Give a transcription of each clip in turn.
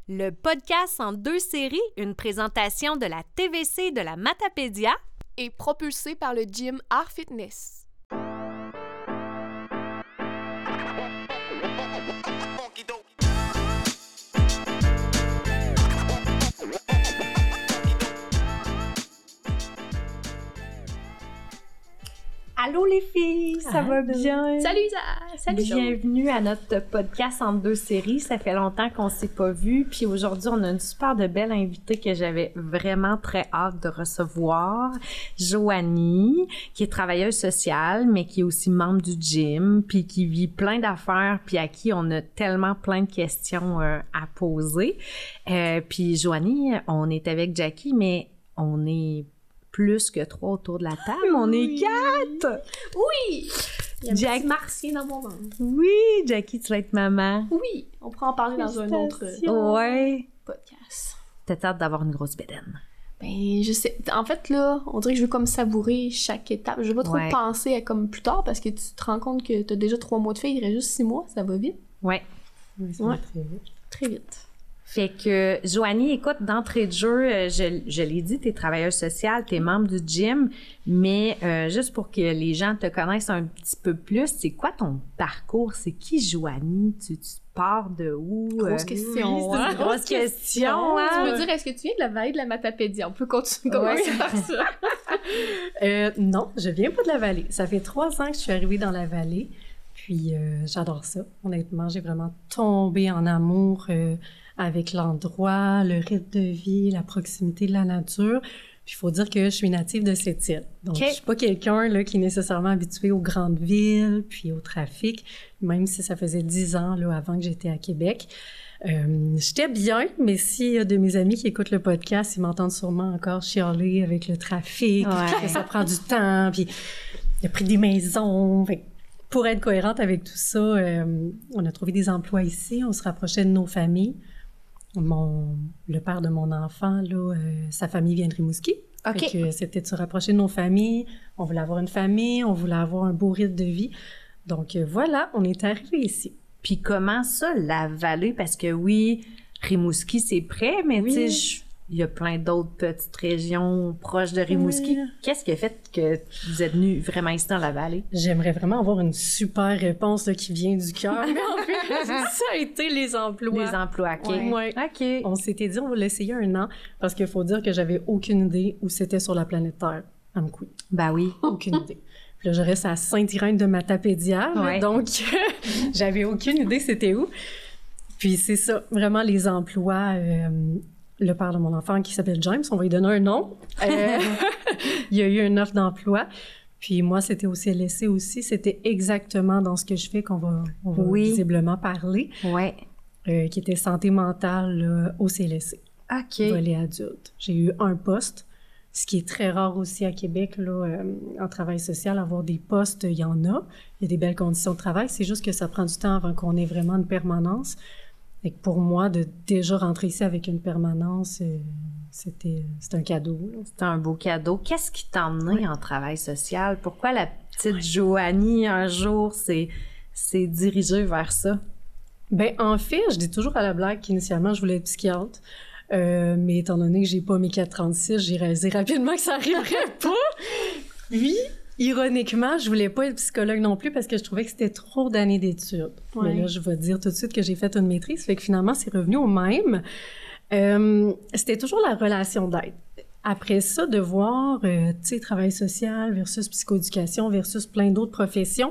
Le podcast en 2 séries, une présentation de la TVC de la Matapédia, est propulsé par le gym Art Fitness. Allô les filles, ça va bien? Salut Isa! Salut Bienvenue à notre podcast en 2 séries. Ça fait longtemps qu'on s'est pas vu. Puis aujourd'hui, on a une super de belle invitée que j'avais vraiment très hâte de recevoir. Joanie, qui est travailleuse sociale, mais qui est aussi membre du gym, puis qui vit plein d'affaires, puis à qui on a tellement plein de questions à poser. Puis Joanie, on est avec Jackie, mais on est plus que 3 autour de la table. On est 4! Oui! Il y a un petit martien dans mon ventre. Oui, Jackie, tu vas être maman. Oui! On pourra en parler dans un autre podcast. T'as hâte d'avoir une grosse bédaine. Ben, je sais. En fait, là, on dirait que je veux comme savourer chaque étape. Je veux pas trop penser à comme plus tard parce que tu te rends compte que t'as déjà 3 mois de fille, il reste juste 6 mois, ça va vite. Ouais. Ça va très vite. Très vite. Fait que, Joanie, écoute, d'entrée de jeu, je l'ai dit, t'es travailleuse sociale, t'es membre du gym, mais juste pour que les gens te connaissent un petit peu plus, c'est quoi ton parcours? C'est qui Joanie? Tu pars de où? Grosse question, oui, c'est une grosse question, hein? Tu veux dire, est-ce que tu viens de la vallée de la Matapédia? On peut commencer par ça. Non, je viens pas de la vallée. Ça fait 3 ans que je suis arrivée dans la vallée, puis j'adore ça. Honnêtement, j'ai vraiment tombé en amour avec l'endroit, le rythme de vie, la proximité de la nature. Puis il faut dire que je suis native de cette île. Donc, je suis pas quelqu'un là, qui est nécessairement habitué aux grandes villes, puis au trafic, même si ça faisait 10 ans là, avant que j'étais à Québec. J'étais bien, mais s'il y a de mes amis qui écoutent le podcast, ils m'entendent sûrement encore chialer avec le trafic, que ça prend du temps, puis il a pris des maisons. Fait, pour être cohérente avec tout ça, on a trouvé des emplois ici, on se rapprochait de nos familles. Le père de mon enfant, là, sa famille vient de Rimouski. OK. Fait que c'était de se rapprocher de nos familles. On voulait avoir une famille, on voulait avoir un beau rythme de vie. Donc voilà, on est arrivé ici. Puis comment ça, la vallée? Parce que oui, Rimouski, c'est près, mais tu sais, il y a plein d'autres petites régions proches de Rimouski. Oui. Qu'est-ce qui a fait que vous êtes venu vraiment ici dans la vallée? J'aimerais vraiment avoir une super réponse là, qui vient du cœur. Mais en fait, ça a été les emplois. Les emplois, OK. Ouais. OK. On s'était dit, on va l'essayer 1 an, parce qu'il faut dire que j'avais aucune idée où c'était sur la planète Terre, à Amkoui. Ben oui. Aucune idée. Puis là, je reste à Sainte-Irène de Matapédia, donc j'avais aucune idée c'était où. Puis c'est ça, vraiment les emplois... le père de mon enfant qui s'appelle James, on va lui donner un nom. Il y a eu une offre d'emploi. Puis moi, c'était au CLSC aussi. C'était exactement dans ce que je fais qu'on va visiblement parler. Oui. Qui était santé mentale là, au CLSC. OK. Volet adulte. J'ai eu un poste, ce qui est très rare aussi à Québec, là, en travail social, avoir des postes, il y en a. Il y a des belles conditions de travail. C'est juste que ça prend du temps avant qu'on ait vraiment une permanence. Et pour moi, de déjà rentrer ici avec une permanence, c'était un cadeau. C'était un beau cadeau. Qu'est-ce qui t'a emmené en travail social? Pourquoi la petite Joanie, un jour, s'est dirigée vers ça? Ben en fait, je dis toujours à la blague qu'initialement, je voulais être psychiatre. Mais étant donné que j'ai pas mes 4,36, j'ai réalisé rapidement que ça arriverait pas. Puis, ironiquement, je voulais pas être psychologue non plus parce que je trouvais que c'était trop d'années d'études. Mais là, je vais dire tout de suite que j'ai fait une maîtrise, fait que finalement, c'est revenu au même. C'était toujours la relation d'aide. Après ça, de voir, tu sais, travail social versus psychoéducation versus plein d'autres professions,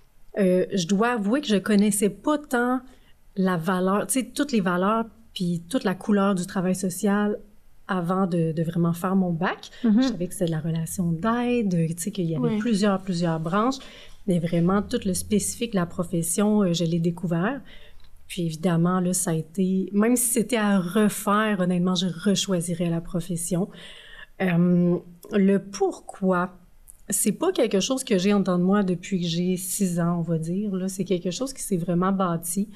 je dois avouer que je connaissais pas tant la valeur, tu sais, toutes les valeurs puis toute la couleur du travail social avant de vraiment faire mon bac. Je savais que c'était de la relation d'aide, tu sais, qu'il y avait plusieurs branches, mais vraiment, tout le spécifique de la profession, je l'ai découvert. Puis évidemment, là, ça a été... Même si c'était à refaire, honnêtement, je rechoisirais la profession. Le pourquoi, c'est pas quelque chose que j'ai en dedans de moi depuis que j'ai 6 ans, on va dire. Là, c'est quelque chose qui s'est vraiment bâti.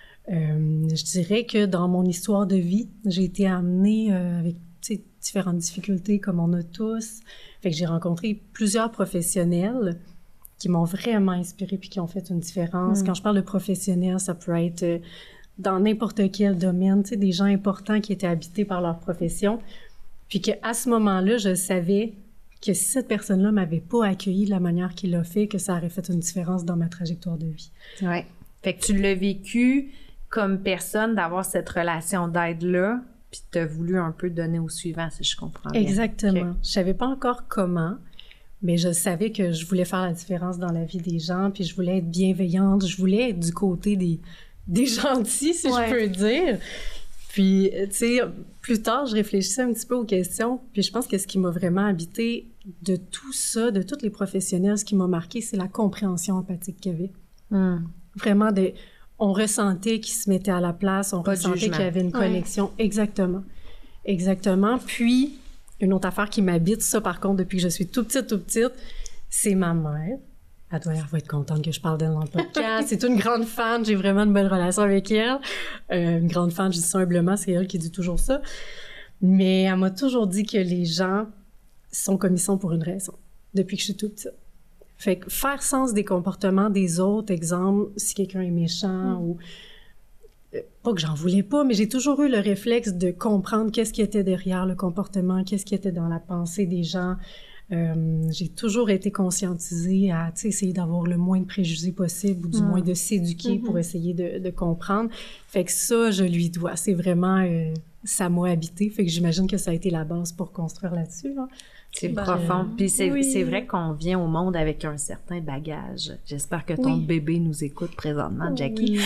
Je dirais que dans mon histoire de vie, j'ai été amenée avec différentes difficultés comme on a tous. Fait que j'ai rencontré plusieurs professionnels qui m'ont vraiment inspirée puis qui ont fait une différence. Quand je parle de professionnels, ça peut être dans n'importe quel domaine, tu sais, des gens importants qui étaient habités par leur profession, puis qu'à ce moment-là, je savais que si cette personne-là m'avait pas accueilli de la manière qu'il l'a fait, que ça aurait fait une différence dans ma trajectoire de vie. Ouais. Fait que tu l'as vécu comme personne d'avoir cette relation d'aide-là, puis t'as voulu un peu donner au suivant, si je comprends bien. Exactement. Okay. Je savais pas encore comment, mais je savais que je voulais faire la différence dans la vie des gens, puis je voulais être bienveillante, je voulais être du côté des gentils, si je peux dire. Puis, tu sais, plus tard, je réfléchissais un petit peu aux questions, puis je pense que ce qui m'a vraiment habité de tout ça, de tous les professionnels, ce qui m'a marqué, c'est la compréhension empathique qu'il y avait. Vraiment, on ressentait qu'ils se mettaient à la place, on ressentait qu'il y avait une connexion. Exactement. Exactement. Puis, une autre affaire qui m'habite, ça, par contre, depuis que je suis tout petite, c'est ma mère. Elle va être contente que je parle d'elle dans le podcast. C'est une grande fan. J'ai vraiment une belle relation avec elle. Une grande fan, je dis ça humblement, c'est elle qui dit toujours ça. Mais elle m'a toujours dit que les gens sont comme ils sont pour une raison, depuis que je suis toute petite. Fait que faire sens des comportements des autres, exemple, si quelqu'un est méchant ou... Pas que j'en voulais pas, mais j'ai toujours eu le réflexe de comprendre qu'est-ce qui était derrière le comportement, qu'est-ce qui était dans la pensée des gens. J'ai toujours été conscientisée à essayer d'avoir le moins de préjugés possible ou du moins de s'éduquer pour essayer de comprendre. Fait que ça, je lui dois. C'est vraiment... ça m'a habité. Fait que j'imagine que ça a été la base pour construire là-dessus. Là. C'est profond. Puis c'est vrai qu'on vient au monde avec un certain bagage. J'espère que ton bébé nous écoute présentement, Jackie.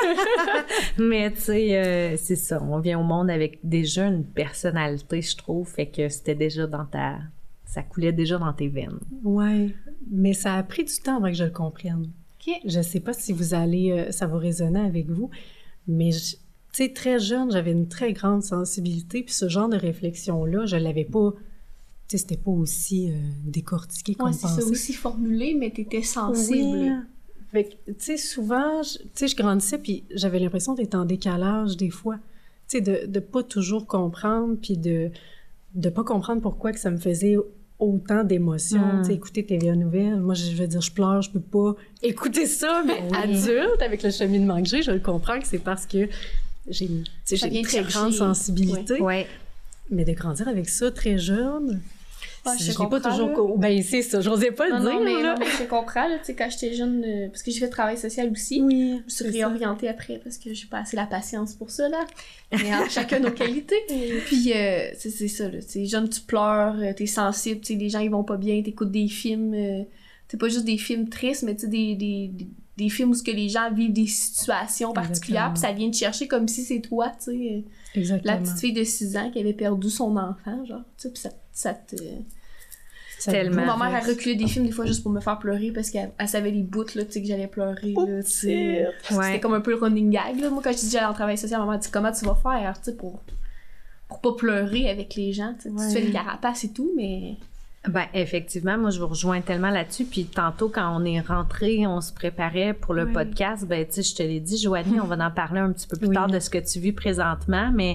Mais tu sais, c'est ça. On vient au monde avec déjà une personnalité, je trouve. Fait que c'était déjà ça coulait déjà dans tes veines. Ouais, mais ça a pris du temps avant que je le comprenne. Okay. Je sais pas si ça va résonner avec vous, mais tu sais, très jeune, j'avais une très grande sensibilité, puis ce genre de réflexion-là, je l'avais pas... Tu sais, c'était pas aussi décortiqué qu'on pensait. C'est ça, aussi formulé, mais t'étais sensible. Oui. Fait que, tu sais, souvent, je grandissais, puis j'avais l'impression d'être en décalage des fois. Tu sais, de pas toujours comprendre, puis de pas comprendre pourquoi que ça me faisait autant d'émotions. Tu sais, écouter TVA Nouvelles, moi, je veux dire, je pleure, je peux pas écouter ça, mais adulte, avec le cheminement que j'ai, je le comprends que c'est parce que j'ai une très grande sensibilité. Ouais. Mais de grandir avec ça très jeune... je l'ai pas toujours... Ben, c'est ça, j'osais pas le dire, Non, mais je comprends, là, tu sais, quand j'étais jeune, parce que j'ai fait travail social aussi, je me suis réorientée après, parce que j'ai pas assez la patience pour ça, là, mais chacun nos qualités. Puis, c'est ça, là, tu sais, jeune, tu pleures, t'es sensible, tu sais, les gens, ils vont pas bien, t'écoutes des films, c'est pas juste des films tristes, mais tu sais, des films où que les gens vivent des situations particulières, puis ça vient te chercher comme si c'est toi, tu sais. Exactement. La petite fille de 6 ans qui avait perdu son enfant, genre, tu sais, puis ça te... Tellement. Ma mère a reculé des films des fois juste pour me faire pleurer parce qu'elle savait les bouts, là, tu sais, que j'allais pleurer, là, tu sais. C'était comme un peu le running gag, là. Moi, quand je dis j'allais en travail social, maman dit comment tu vas faire, tu sais, pour pas pleurer avec les gens, tu sais. Tu fais des carapaces et tout, mais... Ben, effectivement, moi, je vous rejoins tellement là-dessus. Puis tantôt, quand on est rentrés, on se préparait pour le podcast, ben, tu sais, je te l'ai dit, Joanie, on va en parler un petit peu plus tard de ce que tu vis présentement, mais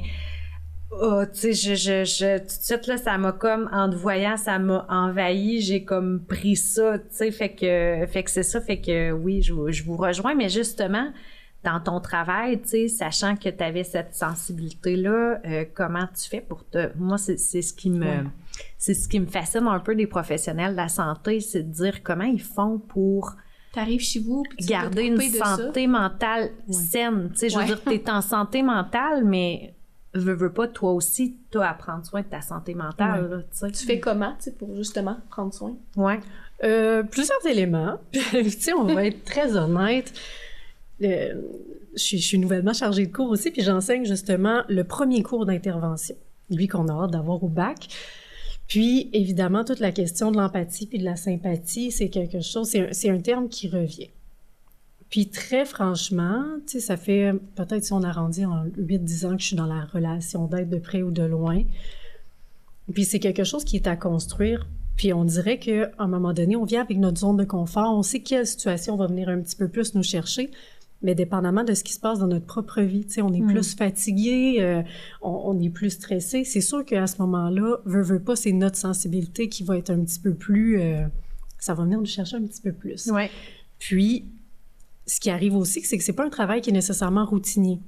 tu sais, tout de suite, là, ça m'a comme, en te voyant, ça m'a envahi, j'ai comme pris ça, tu sais, fait que c'est ça, fait que oui, je vous rejoins, mais justement, dans ton travail, tu sais, sachant que tu avais cette sensibilité-là, comment tu fais pour moi, c'est ce qui me... C'est ce qui me fascine un peu des professionnels de la santé, c'est de dire comment ils font pour t'arrives chez vous puis tu garder une santé mentale saine. Tu sais, je veux dire, t'es en santé mentale, mais veux pas, toi aussi, toi, à prendre soin de ta santé mentale. Là, tu sais. Tu fais comment, tu sais, pour justement prendre soin? Ouais. Plusieurs éléments. Tu sais, on va être très honnête. Je suis nouvellement chargée de cours aussi, puis j'enseigne justement le premier cours d'intervention, lui qu'on a hâte d'avoir au bac. Puis, évidemment, toute la question de l'empathie puis de la sympathie, c'est quelque chose, c'est un terme qui revient. Puis, très franchement, tu sais, ça fait peut-être si on arrondit en 8-10 ans que je suis dans la relation d'aide de près ou de loin. Puis, c'est quelque chose qui est à construire. Puis, on dirait qu'à un moment donné, on vient avec notre zone de confort. On sait quelle situation va venir un petit peu plus nous chercher. Mais dépendamment de ce qui se passe dans notre propre vie, tu sais, on est plus fatigué, on est plus stressé. C'est sûr qu'à ce moment-là, veut pas, c'est notre sensibilité qui va être un petit peu plus... ça va venir nous chercher un petit peu plus. Ouais. Puis, ce qui arrive aussi, c'est que c'est pas un travail qui est nécessairement routinier.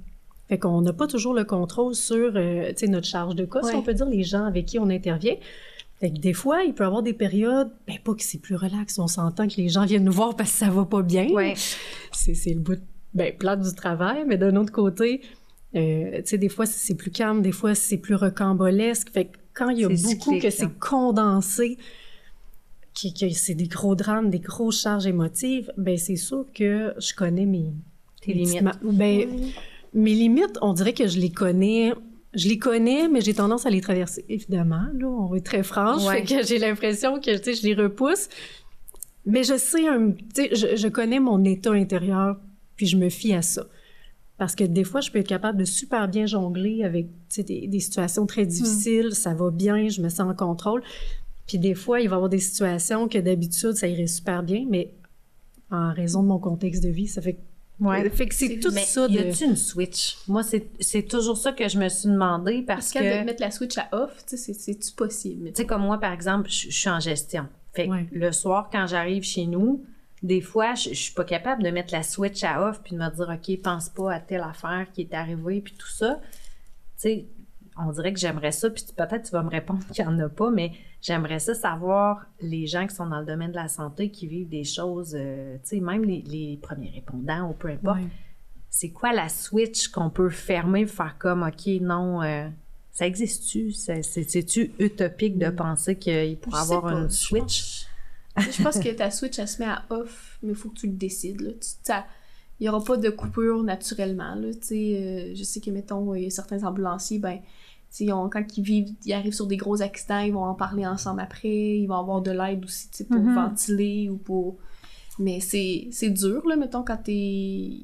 Fait qu'on n'a pas toujours le contrôle sur, tu sais, notre charge de cas, si on peut dire, les gens avec qui on intervient. Fait que des fois, il peut y avoir des périodes, pas que c'est plus relax, on s'entend que les gens viennent nous voir parce que ça va pas bien. Ouais. C'est le bout, plate du travail, mais d'un autre côté, tu sais, des fois, c'est plus calme, des fois, c'est plus rocambolesque. Fait que quand il y a beaucoup cyclique, que c'est condensé, que c'est des gros drames, des grosses charges émotives, c'est sûr que je connais tes limites. Mes limites, on dirait que je les connais, mais j'ai tendance à les traverser, évidemment. Là, on va être très franche, fait que j'ai l'impression que, tu sais, je les repousse. Mais je sais, tu sais, je connais mon état intérieur, puis je me fie à ça. Parce que des fois, je peux être capable de super bien jongler avec, tu sais, des situations très difficiles, ça va bien, je me sens en contrôle. Puis des fois, il va y avoir des situations que d'habitude, ça irait super bien, mais en raison de mon contexte de vie, ça fait que c'est tout ça. Y a-tu une switch? Moi, c'est toujours ça que je me suis demandé parce que... de mettre la switch à off, tu sais, c'est-tu possible? Tu sais, comme moi, par exemple, je suis en gestion. Fait que le soir, quand j'arrive chez nous, des fois, je suis pas capable de mettre la switch à off puis de me dire, OK, pense pas à telle affaire qui est arrivée puis tout ça. Tu sais, on dirait que j'aimerais ça, puis peut-être tu vas me répondre qu'il n'y en a pas, mais j'aimerais ça savoir les gens qui sont dans le domaine de la santé, qui vivent des choses, tu sais, même les premiers répondants ou peu importe. C'est quoi la switch qu'on peut fermer, faire comme, OK, non, ça existe-tu? C'est-tu utopique de penser qu'il pourrait avoir une switch? Je pense que ta switch, elle se met à off, mais il faut que tu le décides, là. Il n'y aura pas de coupure naturellement, là, tu sais. Je sais que, mettons, il y a certains ambulanciers, quand ils arrivent sur des gros accidents, ils vont en parler ensemble après, ils vont avoir de l'aide aussi, tu sais, pour ventiler ou pour... Mais c'est dur, là, mettons, quand t'es...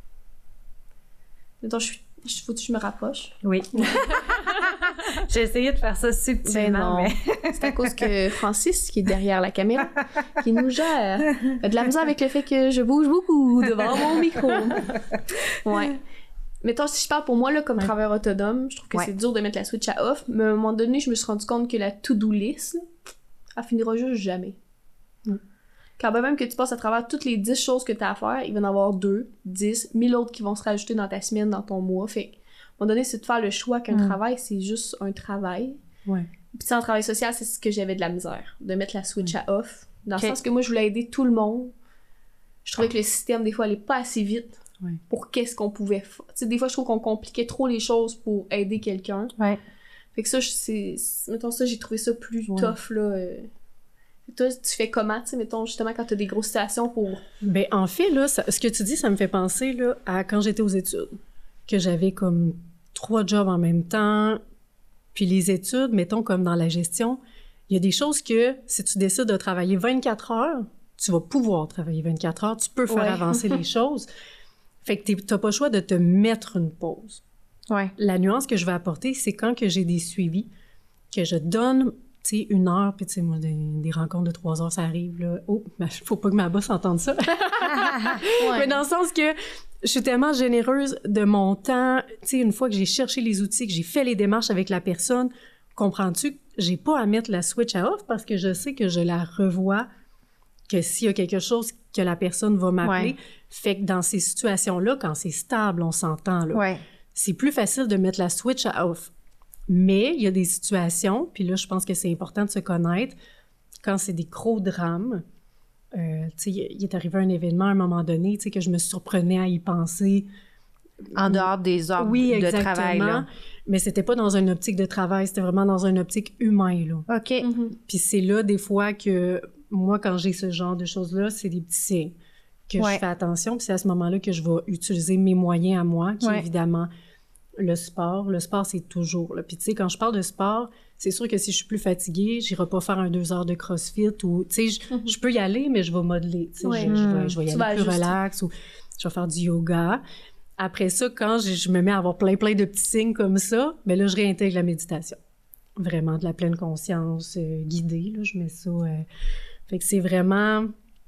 Mettons, faut que je me rapproche. Oui. J'ai essayé de faire ça subtilement, mais... C'est à cause que Francis, qui est derrière la caméra, qui nous gère, a de la misère avec le fait que je bouge beaucoup devant mon micro. Ouais. Mettons, si je parle pour moi, là, comme travailleur autonome, je trouve que c'est dur de mettre la switch à off, mais à un moment donné, je me suis rendu compte que la to-do list, là, elle finira juste jamais. Quand même que tu passes à travers toutes les 10 choses que tu as à faire, il va y en avoir 2, 10, 1000 autres qui vont se rajouter dans ta semaine, dans ton mois. Fait qu'à un moment donné, c'est de faire le choix qu'un travail, c'est juste un travail. Puis en travail social, c'est ce que j'avais de la misère, de mettre la switch à off. Dans le sens que moi, je voulais aider tout le monde. Je trouvais que le système, des fois, allait pas assez vite pour qu'est-ce qu'on pouvait faire. Tu sais, des fois, je trouve qu'on compliquait trop les choses pour aider quelqu'un. Fait que ça, mettons ça, j'ai trouvé ça plus tough, là. Toi, tu fais comment, tu sais, mettons, justement, quand t'as des grosses situations pour... En fait, là, ce que tu dis, ça me fait penser, là, à quand j'étais aux études, que j'avais comme 3 jobs en même temps, puis les études, mettons, comme dans la gestion, il y a des choses que, si tu décides de travailler 24 heures, tu vas pouvoir travailler 24 heures, tu peux faire avancer les choses. Fait que t'as pas le choix de te mettre une pause. La nuance que je vais apporter, c'est quand que j'ai des suivis, que je donne... tu sais, 1 heure, puis tu sais, moi, des rencontres de 3 heures, ça arrive, là. Oh, faut pas que ma boss entende ça. Mais dans le sens que je suis tellement généreuse de mon temps, tu sais, une fois que j'ai cherché les outils, que j'ai fait les démarches avec la personne, comprends-tu que j'ai pas à mettre la switch à off parce que je sais que je la revois, que s'il y a quelque chose que la personne va m'appeler, fait que dans ces situations-là, quand c'est stable, on s'entend, là, c'est plus facile de mettre la switch à off. Mais il y a des situations, puis là, je pense que c'est important de se connaître, quand c'est des gros drames. Tu sais, il est arrivé un événement à un moment donné, tu sais, que je me surprenais à y penser. En dehors des heures de travail, là. Mais c'était pas dans une optique de travail, c'était vraiment dans une optique humaine, là. OK. Puis c'est là, des fois, que moi, quand j'ai ce genre de choses-là, c'est des petits signes que je fais attention, puis c'est à ce moment-là que je vais utiliser mes moyens à moi, qui est évidemment... Le sport, c'est toujours là. Puis tu sais, quand je parle de sport, c'est sûr que si je suis plus fatiguée, j'irai pas faire un 2 heures de CrossFit ou, tu sais, je peux y aller, mais je vais modeler. Tu sais, je vais y aller plus relax ou je vais faire du yoga. Après ça, quand je me mets à avoir plein de petits signes comme ça, bien là, je réintègre la méditation. Vraiment de la pleine conscience guidée, là, je mets ça. Fait que c'est vraiment...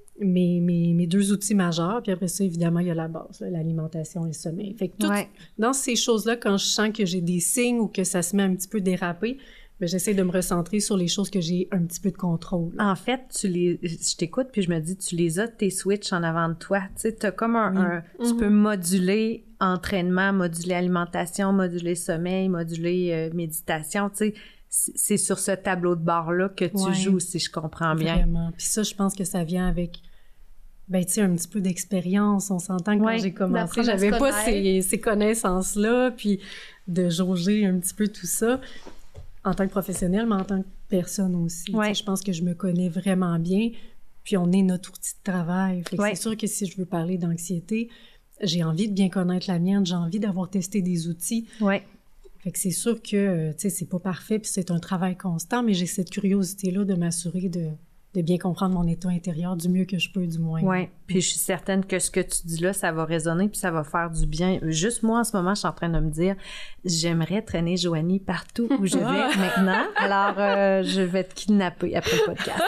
Mes 2 outils majeurs, puis après ça, évidemment, il y a la base, là, l'alimentation et le sommeil. Fait que dans ces choses-là, quand je sens que j'ai des signes ou que ça se met un petit peu dérapé, bien, j'essaie de me recentrer sur les choses que j'ai un petit peu de contrôle. En fait, je t'écoute, puis je me dis, tu les as, tes switches en avant de toi. Tu sais, t'as comme tu peux moduler entraînement, modulé alimentation, modulé sommeil, modulé méditation, tu sais, c'est sur ce tableau de bord-là que tu joues, si je comprends bien. Vraiment. Puis ça, je pense que ça vient avec, ben, tu sais, un petit peu d'expérience. On s'entend que quand j'ai commencé, j'avais pas ces connaissances-là, puis de jauger un petit peu tout ça en tant que professionnelle, mais en tant que personne aussi. Ouais. Je pense que je me connais vraiment bien, puis on est notre outil de travail. Fait que c'est sûr que si je veux parler d'anxiété, j'ai envie de bien connaître la mienne, j'ai envie d'avoir testé des outils. Ouais. Fait que c'est sûr que, tu sais, c'est pas parfait, puis c'est un travail constant, mais j'ai cette curiosité-là de m'assurer de bien comprendre mon état intérieur du mieux que je peux, du moins. Oui, puis je suis certaine que ce que tu dis là, ça va résonner, puis ça va faire du bien. Juste moi, en ce moment, je suis en train de me dire, j'aimerais traîner Joanie partout où je vais maintenant. Alors, je vais te kidnapper après le podcast.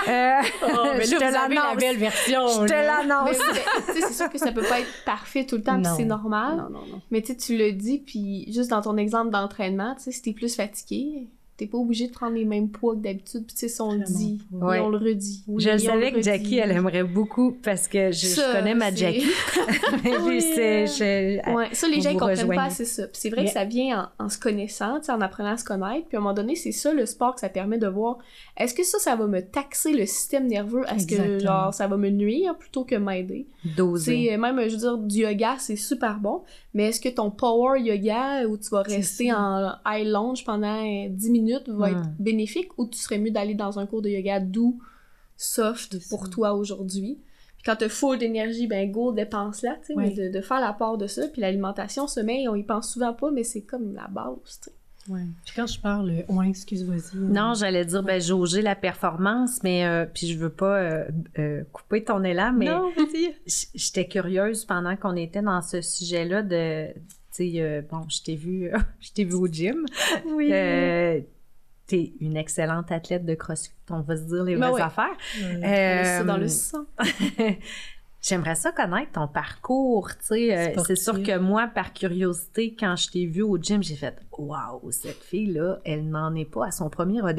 Je te l'annonce. La belle version. Je te l'annonce. Tu sais, c'est sûr que ça peut pas être parfait tout le temps, puis c'est normal. Non. Mais tu le dis, puis juste dans ton exemple d'entraînement, tu sais, si t'es plus fatigué, t'es pas obligé de prendre les mêmes poids que d'habitude. Puis tu sais, si on le dit, et on le redit. Oui, je savais que Jackie, elle aimerait beaucoup, parce que je connais ma Jackie. Oui, ça, les gens, ils comprennent pas, c'est ça. Puis c'est vrai que ça vient en se connaissant, en apprenant à se connaître. Puis à un moment donné, c'est ça, le sport, que ça permet de voir, est-ce que ça va me taxer le système nerveux? Est-ce que, genre, ça va me nuire plutôt que m'aider? Doser. Même, je veux dire, du yoga, c'est super bon, mais est-ce que ton power yoga, où tu vas rester en high lunge pendant 10 minutes, va être bénéfique, ou tu serais mieux d'aller dans un cours de yoga doux, soft pour toi aujourd'hui? Puis quand t'as full d'énergie, ben go, dépense-la, tu sais, mais de faire la part de ça. Puis l'alimentation, sommeil, on y pense souvent pas, mais c'est comme la base, tu sais. Oui. Puis quand je parle, excuse, vas-y. Non, j'allais dire, jauger la performance, mais puis je veux pas couper ton élan, mais j'étais curieuse pendant qu'on était dans ce sujet-là de, tu sais, bon, je t'ai vu au gym. Oui. T'es une excellente athlète de CrossFit, on va se dire les vraies affaires. C'est dans le sang. J'aimerais ça connaître ton parcours, tu sais. C'est sûr que moi, par curiosité, quand je t'ai vue au gym, j'ai fait « Wow, cette fille-là, elle n'en est pas à son premier rodéo. »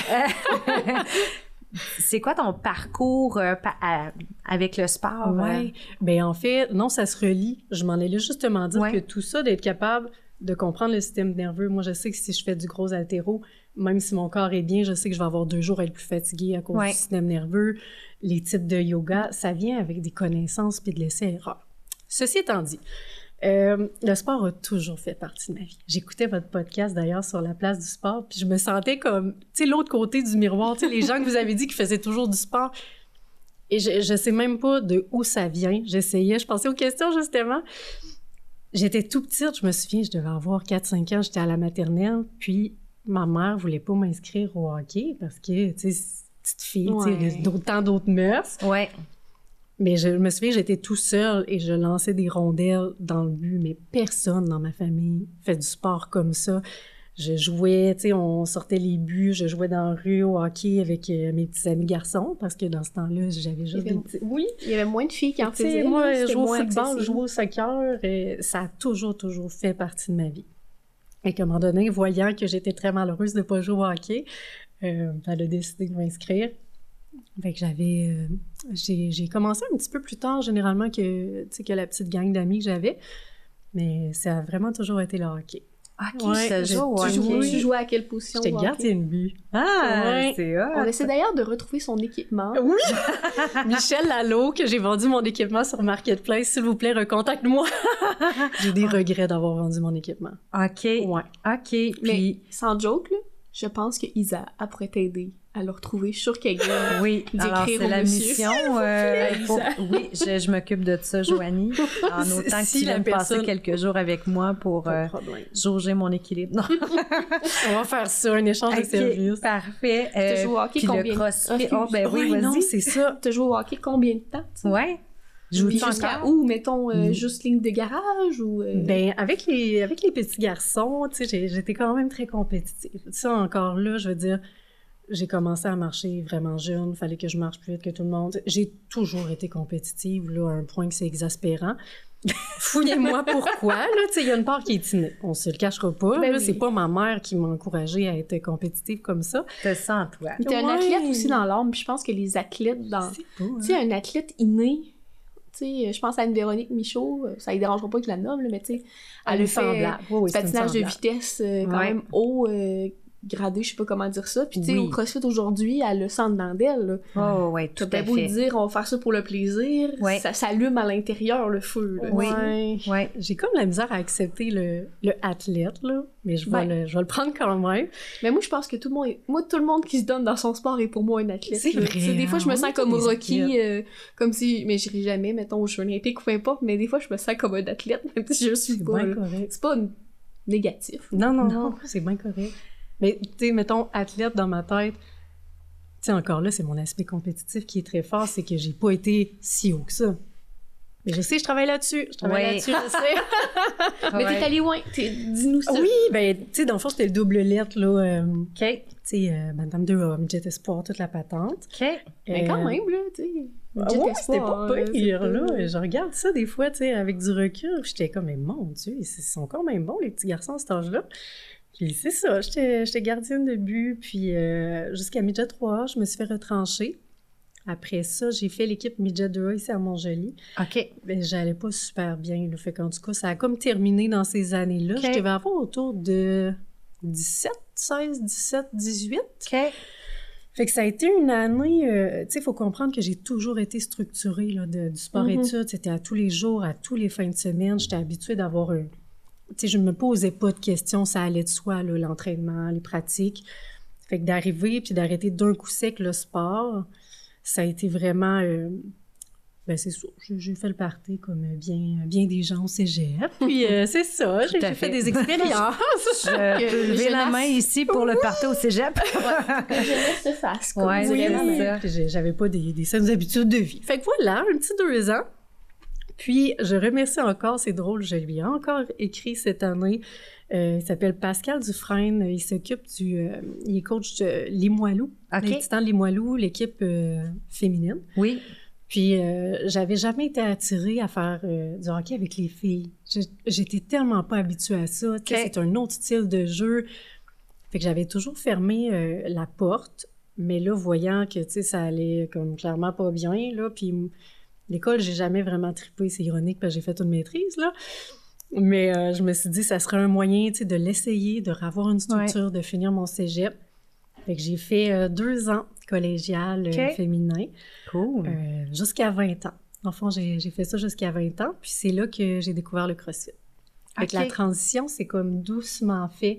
C'est quoi ton parcours avec le sport? Oui, bien en fait, non, ça se relie. Je m'en allais justement dire que tout ça, d'être capable de comprendre le système nerveux. Moi, je sais que si je fais du gros haltéro, même si mon corps est bien, je sais que je vais avoir 2 jours à être plus fatiguée à cause du système nerveux. Les types de yoga, ça vient avec des connaissances puis de l'essai-erreur. Ceci étant dit, le sport a toujours fait partie de ma vie. J'écoutais votre podcast d'ailleurs sur la place du sport, puis je me sentais comme, tu sais, l'autre côté du miroir, tu sais, les gens que vous avez dit qu'ils faisaient toujours du sport. Et je sais même pas de où ça vient. J'essayais, je pensais aux questions justement. J'étais tout petite, je me souviens, je devais avoir 4-5 ans, j'étais à la maternelle, puis ma mère voulait pas m'inscrire au hockey parce que, tu sais, petite fille, tu sais, tant d'autres mœurs. Ouais. Mais je me souviens, j'étais tout seule et je lançais des rondelles dans le but, mais personne dans ma famille fait du sport comme ça. Je jouais, tu sais, on sortait les buts, je jouais dans la rue au hockey avec mes petits amis garçons, parce que dans ce temps-là, j'avais juste des petits... Oui, il y avait moins de filles qui en faisaient. Moi, je jouais au football, je jouais au soccer, et ça a toujours fait partie de ma vie. Et à un moment donné, voyant que j'étais très malheureuse de ne pas jouer au hockey, elle a décidé de m'inscrire. Fait que j'ai commencé un petit peu plus tard, généralement, que la petite gang d'amis que j'avais, mais ça a vraiment toujours été le hockey. OK, ça joue au hockey. Tu jouais à quelle position? J'étais gardienne de but. C'est hot. On essaie d'ailleurs de retrouver son équipement. Oui! Michel Lalo, que j'ai vendu mon équipement sur Marketplace. S'il vous plaît, recontacte-moi. J'ai des regrets d'avoir vendu mon équipement. OK. Ouais. OK. Puis... Mais sans joke, là, je pense que Isa pourrait t'aider à le retrouver. Je suis sûre qu'elle gagne. Oui, alors c'est la mission. Oui, je m'occupe de ça, Joanie. En autant que tu viennes passer quelques jours avec moi pour jauger mon équilibre. Non. On va faire ça, un échange de services. Parfait. Tu joues au hockey puis combien? Le CrossFit. Oui, vas-y. Non, c'est ça. Tu joues au hockey combien de temps? Oui. Puis jusqu'à où, mettons, juste ligne de garage ou... Ben, avec les petits garçons, tu sais, j'étais quand même très compétitive. Ça, encore là, je veux dire, j'ai commencé à marcher vraiment jeune, il fallait que je marche plus vite que tout le monde. J'ai toujours été compétitive, là, à un point que c'est exaspérant. Fouillez-moi pourquoi, là, tu sais, il y a une part qui est innée. On se le cachera pas, là, c'est pas ma mère qui m'a encouragée à être compétitive comme ça. T'as ça en toi. Mais t'es un athlète aussi dans l'âme, puis je pense que les athlètes tu sais, un athlète inné, sais. Je pense à une Véronique Michaud, ça ne dérangera pas que je la nomme, là, mais tu sais, elle a fait oui, patinage de vitesse quand même haut, gradé, je sais pas comment dire ça. Puis tu sais, au CrossFit aujourd'hui, elle le sent dedans d'elle. Oh, ouais, tout à fait. T'as beau dire, on va faire ça pour le plaisir, ça s'allume à l'intérieur, le feu. Là, ouais. J'ai comme la misère à accepter le athlète, là, mais je vais le prendre quand même. Mais moi, je pense que tout le monde qui se donne dans son sport est pour moi un athlète. C'est vrai. Des fois, je me sens comme Rocky, comme si, mais j'irai jamais, mettons, aux Jeux olympiques ou peu importe, mais des fois, je me sens comme un athlète, même si je suis pas. C'est bien correct. C'est pas négatif. Non, c'est bien correct. Mais, tu sais, mettons, athlète dans ma tête, tu sais, encore là, c'est mon aspect compétitif qui est très fort, c'est que j'ai pas été si haut que ça. Mais je sais, je travaille là-dessus. Je sais. Mais t'es allé loin. Dis-nous ça. Oui, ben, tu sais, dans le fond, c'était le double lettre, là. OK. Tu sais, Madame 2A, Midget Espoir, toute la patente. OK. Mais quand même, là, tu sais. Ouais, c'était pas pire, là. Je regarde ça des fois, tu sais, avec du recul. J'étais comme, mais mon Dieu, ils sont quand même bons, les petits garçons à cet âge-là. Puis c'est ça, j'étais gardienne de but, puis jusqu'à Midget 3A, je me suis fait retrancher. Après ça, j'ai fait l'équipe Midget 2A ici à Montjoly. OK. Ben, j'allais pas super bien, là. Fait qu'en tout cas, ça a comme terminé dans ces années-là. Okay. Je devais avoir autour de 17, 16, 17, 18. OK. Fait que ça a été une année... tu sais, il faut comprendre que j'ai toujours été structurée là, du sport-études. C'était à tous les jours, à tous les fins de semaine. J'étais habituée d'avoir un... Tu sais, je me posais pas de questions, ça allait de soi, là, l'entraînement, les pratiques. Fait que d'arriver puis d'arrêter d'un coup sec le sport, ça a été vraiment... ben c'est ça, j'ai fait le party comme bien des gens au cégep. Puis c'est ça, j'ai fait des expériences. Je peux lever la main ici pour le party au cégep. Que jeunesse se fasse. Ouais, c'est ça. Puis j'avais pas des saines habitudes de vie. Fait que voilà, un petit 2 ans. Puis, je remercie encore, c'est drôle, je lui ai encore écrit cette année. Il s'appelle Pascal Dufresne. Il s'occupe il est coach de Limoilou. OK. Les Titans de Limoilou, l'équipe féminine. Oui. Puis, j'avais jamais été attirée à faire du hockey avec les filles. J'étais tellement pas habituée à ça. Okay. C'est un autre style de jeu. Fait que j'avais toujours fermé la porte. Mais là, voyant que, tu sais, ça allait comme clairement pas bien, là, puis... L'école, j'ai jamais vraiment trippé, c'est ironique parce que j'ai fait une maîtrise, là. Mais je me suis dit, ça serait un moyen, tu sais, de l'essayer, de revoir une structure, de finir mon cégep. Fait que j'ai fait 2 ans collégial féminin. Cool. Jusqu'à 20 ans. En fond, j'ai fait ça jusqu'à 20 ans, puis c'est là que j'ai découvert le CrossFit. Fait que la transition, c'est comme doucement fait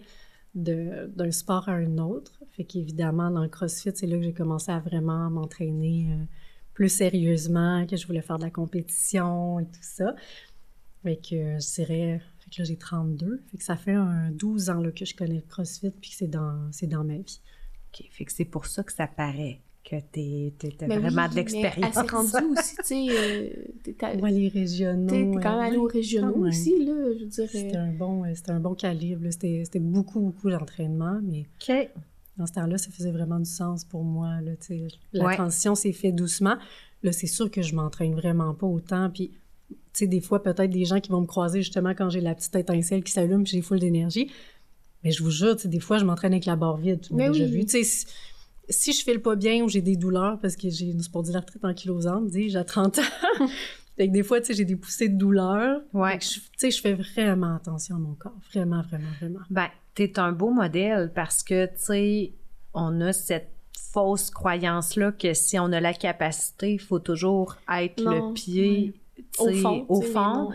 d'un sport à un autre. Fait qu'évidemment, dans le CrossFit, c'est là que j'ai commencé à vraiment m'entraîner plus sérieusement, que je voulais faire de la compétition et tout ça. Fait que je dirais... Fait que là, j'ai 32. Fait que ça fait 12 ans là, que je connais le CrossFit puis que c'est dans ma vie. OK. Fait que c'est pour ça que ça paraît que t'as vraiment de l'expérience. Mais elle s'est rendue aussi, tu sais... Ouais, les régionaux. T'es quand même allée aux régionaux aussi, là, je dirais. C'était un bon calibre. Là. C'était beaucoup d'entraînement, mais... OK. Dans ce temps-là, ça faisait vraiment du sens pour moi. Là, la transition s'est faite doucement. Là, c'est sûr que je m'entraîne vraiment pas autant. Puis, tu sais, des fois, peut-être des gens qui vont me croiser justement quand j'ai la petite étincelle qui s'allume puis j'ai full d'énergie. Mais je vous jure, tu sais, des fois, je m'entraîne avec la barre vide. Tu m'as déjà vu. Tu sais, si je file pas bien ou j'ai des douleurs parce que j'ai une spondylarthrite ankylosante, dis-je, à 30 ans... Fait que des fois, tu sais, j'ai des poussées de douleur. Ouais. Tu sais, je fais vraiment attention à mon corps. Vraiment. Ben, t'es un beau modèle parce que, tu sais, on a cette fausse croyance-là que si on a la capacité, il faut toujours être le pied au fond.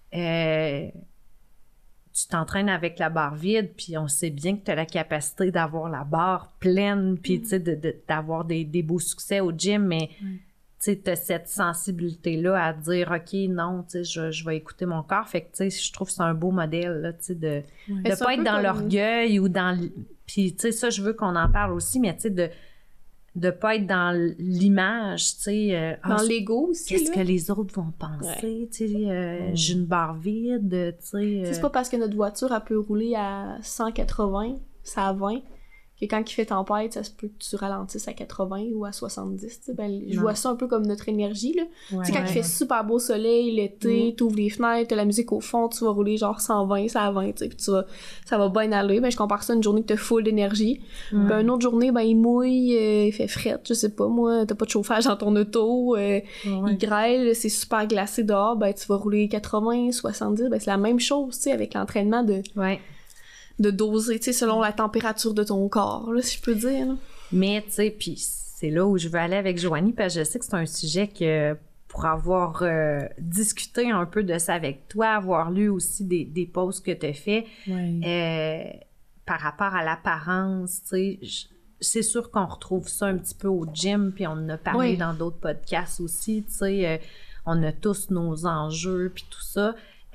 Tu t'entraînes avec la barre vide, puis on sait bien que tu as la capacité d'avoir la barre pleine, puis tu sais, d'avoir des beaux succès au gym, mais... tu sais, t'as cette sensibilité-là à dire, OK, non, tu sais, je vais écouter mon corps. Fait que, tu sais, je trouve que c'est un beau modèle, là, tu sais, de pas être dans l'orgueil ou dans... Puis, tu sais, ça, je veux qu'on en parle aussi, mais, tu sais, de pas être dans l'image, tu sais... dans l'ego aussi, qu'est-ce que les autres vont penser, tu sais, j'ai une barre vide, tu sais... C'est pas parce que notre voiture, elle peut rouler à 180, ça à 20... que quand il fait tempête, ça se peut que tu ralentisses à 80 ou à 70, tu sais. Ben, je vois ça un peu comme notre énergie, là. Tu sais, quand il fait super beau soleil, l'été, t'ouvres les fenêtres, t'as la musique au fond, tu vas rouler genre 120, ça à 20, tu sais, puis ça va bien aller. Ben, je compare ça à une journée que t'as full d'énergie. Puis une autre journée, ben, il mouille, il fait frette, je sais pas, moi, t'as pas de chauffage dans ton auto, il grêle, c'est super glacé dehors, ben, tu vas rouler 80, 70, ben, c'est la même chose, tu sais, avec l'entraînement de doser, tu sais, selon la température de ton corps, là, si je peux dire. Là. Mais, tu sais, puis c'est là où je veux aller avec Joanie, parce que je sais que c'est un sujet que, pour avoir discuté un peu de ça avec toi, avoir lu aussi des posts que tu as fait, par rapport à l'apparence, tu sais, c'est sûr qu'on retrouve ça un petit peu au gym, puis on en a parlé dans d'autres podcasts aussi, tu sais, on a tous nos enjeux, puis tout ça.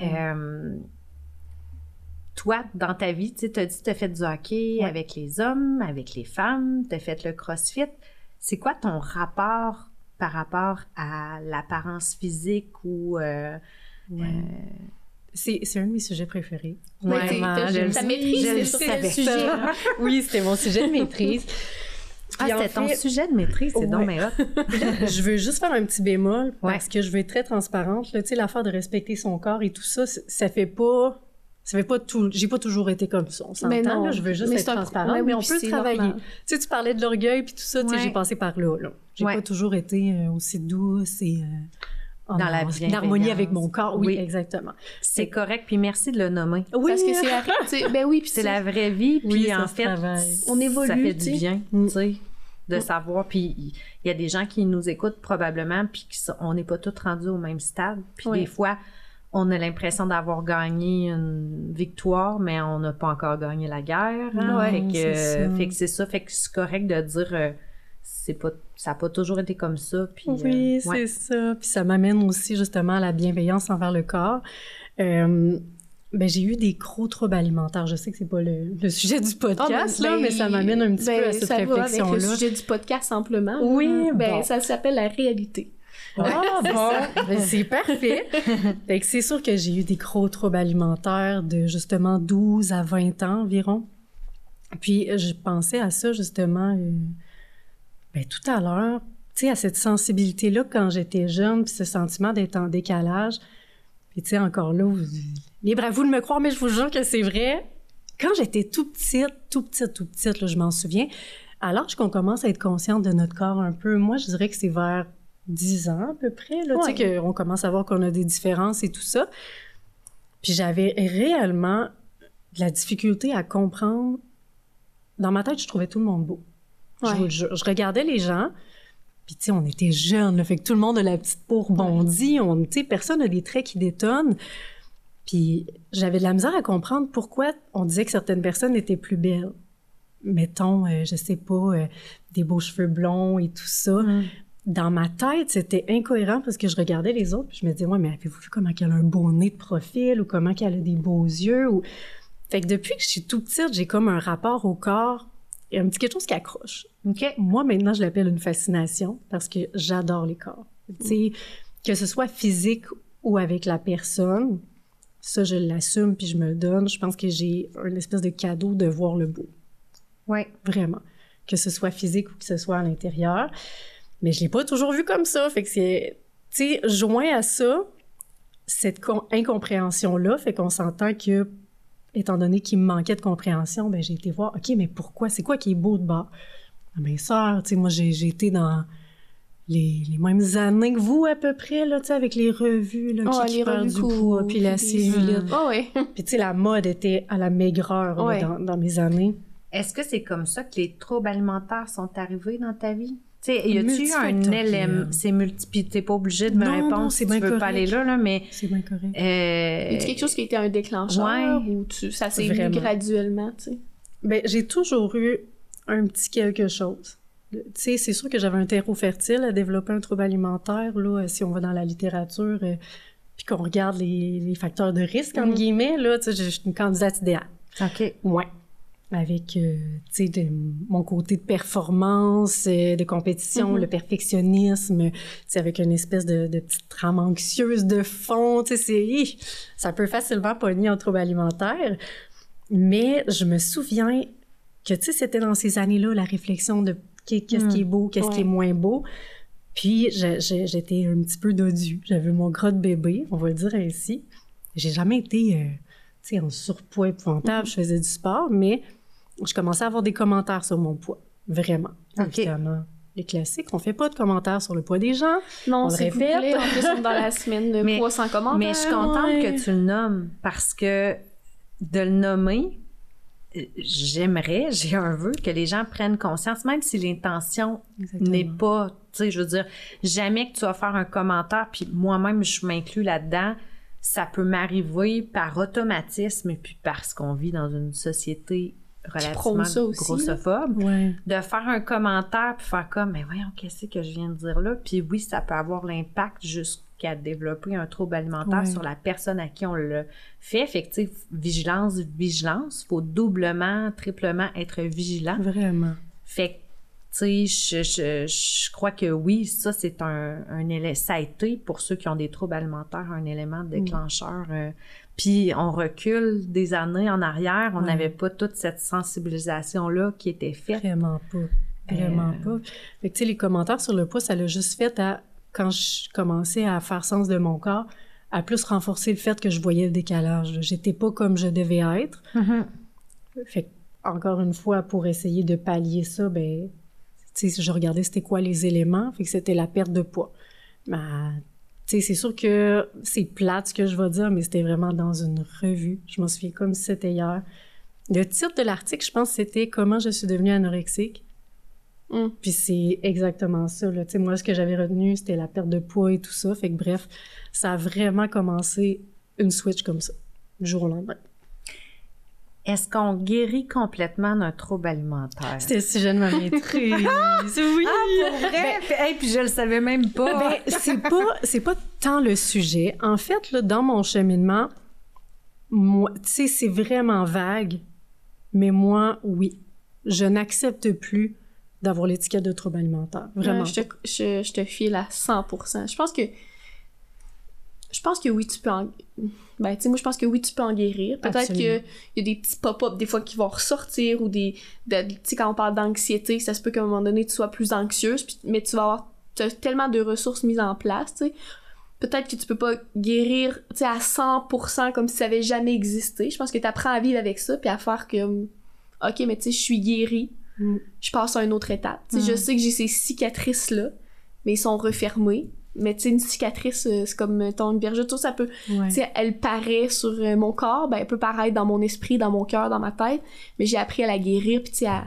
Toi, dans ta vie, tu sais, t'as dit que t'as fait du hockey avec les hommes, avec les femmes, t'as fait le CrossFit. C'est quoi ton rapport par rapport à l'apparence physique ou... C'est un de mes sujets préférés. Ta maîtrise, c'est le sujet. Oui, c'était mon sujet de maîtrise. C'était ton sujet de maîtrise, c'est donc mais je veux juste faire un petit bémol parce que je veux être très transparente. Tu sais, l'affaire de respecter son corps et tout ça, ça fait pas tout. J'ai pas toujours été comme ça. On s'entend, là, je veux juste être transparente, mais on peut travailler. Tu sais, tu parlais de l'orgueil puis tout ça, tu sais, j'ai passé par là. J'ai pas toujours été aussi douce et dans la harmonie avec mon corps. Oui, exactement. C'est correct, puis merci de le nommer. Oui, parce que c'est la vraie, c'est la vraie vie, puis en fait, on évolue, ça fait du bien, tu sais, de savoir. Puis il y a des gens qui nous écoutent probablement, puis on n'est pas tous rendus au même stade. Puis des fois, on a l'impression d'avoir gagné une victoire, mais on n'a pas encore gagné la guerre. Fait que c'est ça. Fait que c'est correct de dire ça n'a pas toujours été comme ça. Puis, c'est ça. Puis ça m'amène aussi justement à la bienveillance envers le corps. J'ai eu des gros troubles alimentaires. Je sais que c'est pas le sujet du podcast, mais ça m'amène un petit peu à cette réflexion-là. Ça va avec le sujet du podcast simplement. Oui, ça s'appelle la réalité. C'est parfait. Fait que c'est sûr que j'ai eu des gros troubles alimentaires de justement 12 à 20 ans environ. Puis je pensais à ça justement tout à l'heure, tu sais, à cette sensibilité-là quand j'étais jeune, puis ce sentiment d'être en décalage. Puis tu sais, encore là, libre à vous de me croire, mais je vous jure que c'est vrai. Quand j'étais tout petite, là, je m'en souviens, à l'âge qu'on commence à être consciente de notre corps un peu, moi, je dirais que c'est vers 10 ans à peu près, là, tu sais, qu'on commence à voir qu'on a des différences et tout ça. Puis j'avais réellement de la difficulté à comprendre. Dans ma tête, je trouvais tout le monde beau. Je vous le jure. Je regardais les gens, puis tu sais, on était jeunes, là, fait que tout le monde a la petite peau rebondie, tu sais, personne n'a des traits qui détonnent. Puis j'avais de la misère à comprendre pourquoi on disait que certaines personnes étaient plus belles. Mettons, je sais pas, des beaux cheveux blonds et tout ça. Dans ma tête, c'était incohérent parce que je regardais les autres puis je me disais, mais avez-vous vu comment elle a un beau nez de profil ou comment elle a des beaux yeux? Fait que depuis que je suis tout petite, j'ai comme un rapport au corps, il y a un petit quelque chose qui accroche. Moi, maintenant, je l'appelle une fascination parce que j'adore les corps. Tu sais, que ce soit physique ou avec la personne, ça, je l'assume puis je me le donne. Je pense que j'ai une espèce de cadeau de voir le beau. Oui. Vraiment. Que ce soit physique ou que ce soit à l'intérieur. Mais je l'ai pas toujours vu comme ça. Fait que c'est, tu sais, joint à ça, cette incompréhension-là, fait qu'on s'entend que, étant donné qu'il me manquait de compréhension, j'ai été voir, OK, mais pourquoi? C'est quoi qui est beau de bas? Ah, mes sœurs, tu sais, moi, j'ai été dans les mêmes années que vous, à peu près, là, tu sais, avec les revues, là, qui perdent du poids, puis la cellulite. Puis, tu sais, la mode était à la maigreur, là, dans mes années. Est-ce que c'est comme ça que les troubles alimentaires sont arrivés dans ta vie? Tu sais, y a-tu un élément? C'est multiple, t'es pas obligé de me répondre si tu veux pas aller là, mais... C'est bien correct. Y a-t-il quelque chose qui a été un déclencheur ou ça s'est vu graduellement, tu sais? J'ai toujours eu un petit quelque chose. Tu sais, c'est sûr que j'avais un terreau fertile à développer un trouble alimentaire, là, si on va dans la littérature, puis qu'on regarde les facteurs de risque, entre guillemets, là, tu sais, je suis une candidate idéale. OK. Ouais. Avec, tu sais, mon côté de performance, de compétition, le perfectionnisme, tu sais, avec une espèce de petite trame anxieuse de fond, tu sais, ça peut facilement pogner en trouble alimentaire. Mais je me souviens que tu sais, c'était dans ces années-là, la réflexion de qu'est-ce qui est beau, qu'est-ce qui est moins beau. Puis j'étais un petit peu dodue. J'avais mon gras de bébé, on va le dire ainsi. J'ai jamais été, tu sais, en surpoids épouvantable. Je faisais du sport, mais je commençais à avoir des commentaires sur mon poids. Vraiment. Évidemment. Les classiques, on fait pas de commentaires sur le poids des gens. Non, on le répète. En plus, on est dans la semaine de poids sans commentaires. Mais je suis contente que tu le nommes parce que de le nommer, j'ai un vœu que les gens prennent conscience, même si l'intention n'est pas, tu sais, je veux dire, jamais que tu vas faire un commentaire, puis moi-même, je m'inclus là-dedans, ça peut m'arriver par automatisme, et puis parce qu'on vit dans une société relativement grossophobe, de faire un commentaire puis faire comme, mais voyons, qu'est-ce que je viens de dire là? Puis oui, ça peut avoir l'impact jusqu'à développer un trouble alimentaire sur la personne à qui on le fait. Fait que, tu sais, vigilance, faut doublement, triplement être vigilant. Vraiment. Fait que, tu sais, je crois que oui, ça, c'est un élément, ça a été, pour ceux qui ont des troubles alimentaires, un élément déclencheur. Puis on recule des années en arrière, on n'avait pas toute cette sensibilisation-là qui était faite. Vraiment pas. Fait que, tu sais, les commentaires sur le poids, ça l'a juste fait quand je commençais à faire sens de mon corps, à plus renforcer le fait que je voyais le décalage. J'étais pas comme je devais être. Fait que, encore une fois, pour essayer de pallier ça, ben, tu sais, je regardais c'était quoi les éléments, fait que c'était la perte de poids. Tu sais, c'est sûr que c'est plate ce que je vais dire, mais c'était vraiment dans une revue. Je m'en souviens comme si c'était hier. Le titre de l'article, je pense, c'était « Comment je suis devenue anorexique ». Puis c'est exactement ça, là. Tu sais, moi, ce que j'avais retenu, c'était la perte de poids et tout ça. Fait que bref, ça a vraiment commencé une switch comme ça, du jour au lendemain. Est-ce qu'on guérit complètement d'un trouble alimentaire? C'était le sujet de ma maîtrise. Oui! Ah, pour vrai? Puis je le savais même pas. C'est pas tant le sujet. En fait, là, dans mon cheminement, moi, tu sais, c'est vraiment vague, mais moi, oui. Je n'accepte plus d'avoir l'étiquette de trouble alimentaire. Vraiment. Je te file à 100%. Je pense que oui, tu peux en... Ben, tu sais, moi, je pense que oui, tu peux en guérir. Peut-être qu'il y a des petits pop-up, des fois, qui vont ressortir, ou tu sais, quand on parle d'anxiété, ça se peut qu'à un moment donné, tu sois plus anxieuse, mais tu vas avoir tellement de ressources mises en place, tu sais. Peut-être que tu peux pas guérir, tu sais, à 100% comme si ça avait jamais existé. Je pense que tu apprends à vivre avec ça, puis à faire que, OK, mais tu sais, je suis guérie. Je passe à une autre étape. Tu sais, je sais que j'ai ces cicatrices-là, mais ils sont refermés. Mais tu sais, une cicatrice, c'est comme, une bergeture, ça peut... Tu sais, elle paraît sur mon corps, ben elle peut paraître dans mon esprit, dans mon cœur, dans ma tête, mais j'ai appris à la guérir, puis tu sais,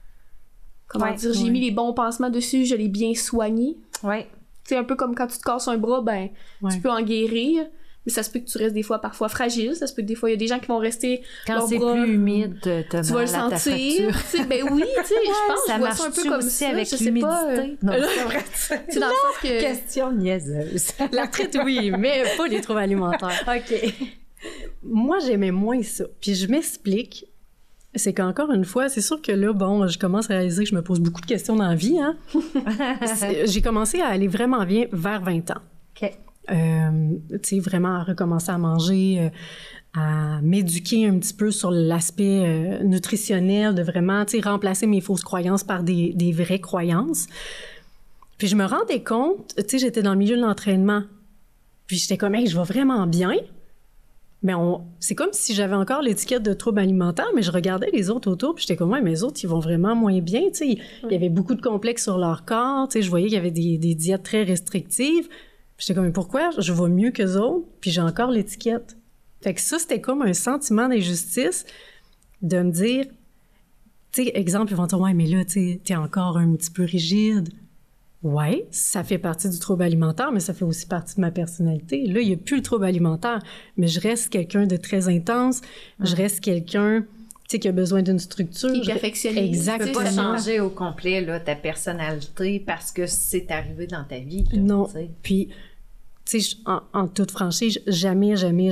j'ai mis les bons pansements dessus, je l'ai bien soigné. Tu sais, un peu comme quand tu te casses un bras, ben tu peux en guérir, mais ça se peut que tu restes des fois parfois fragile, ça se peut que des fois, il y a des gens qui vont rester... Quand c'est plus humide, tu vas le sentir. Ben oui, tu sais, je pense que je vois ça un peu comme ça, avec je sais pas... Non, c'est vrai. C'est dans le sens que... Question niaiseuse. L'arthrite, oui, mais pas les troubles alimentaires. OK. Moi, j'aimais moins ça. Puis je m'explique. C'est qu'encore une fois, c'est sûr que là, bon, je commence à réaliser que je me pose beaucoup de questions dans la vie, hein. J'ai commencé à aller vraiment bien vers 20 ans. OK. Tu sais, vraiment à recommencer à manger, à m'éduquer un petit peu sur l'aspect nutritionnel, de vraiment, tu sais, remplacer mes fausses croyances par des vraies croyances. Puis je me rendais compte, tu sais, j'étais dans le milieu de l'entraînement, puis j'étais comme, hey, je vais vraiment bien. Mais c'est comme si j'avais encore l'étiquette de trouble alimentaire, mais je regardais les autres autour, puis j'étais comme, ouais, mais les autres, ils vont vraiment moins bien, tu sais. Il y avait beaucoup de complexes sur leur corps, tu sais, je voyais qu'il y avait des diètes très restrictives. J'étais comme, mais pourquoi je vais mieux qu'eux autres, puis j'ai encore l'étiquette? Fait que ça, c'était comme un sentiment d'injustice de me dire, tu sais, exemple, ils vont dire, ouais, mais là, tu sais, t'es encore un petit peu rigide. Ouais, ça fait partie du trouble alimentaire, mais ça fait aussi partie de ma personnalité. Là, il n'y a plus le trouble alimentaire, mais je reste quelqu'un de très intense, je reste quelqu'un... Tu sais, qui a besoin d'une structure. Qui est perfectionniste. Exactement. Tu peux pas changer au complet là, ta personnalité parce que c'est arrivé dans ta vie. Là, non. T'sais. Puis, tu sais, en toute franchise, jamais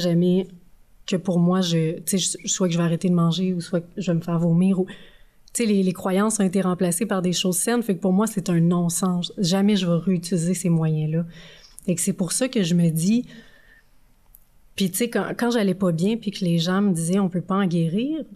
que pour moi, tu sais, soit que je vais arrêter de manger ou soit que je vais me faire vomir. Ou, tu sais, les croyances ont été remplacées par des choses saines. Fait que pour moi, c'est un non-sens. Jamais je vais réutiliser ces moyens-là. Fait que c'est pour ça que je me dis... Puis, tu sais, quand j'allais pas bien puis que les gens me disaient « on peut pas en guérir »,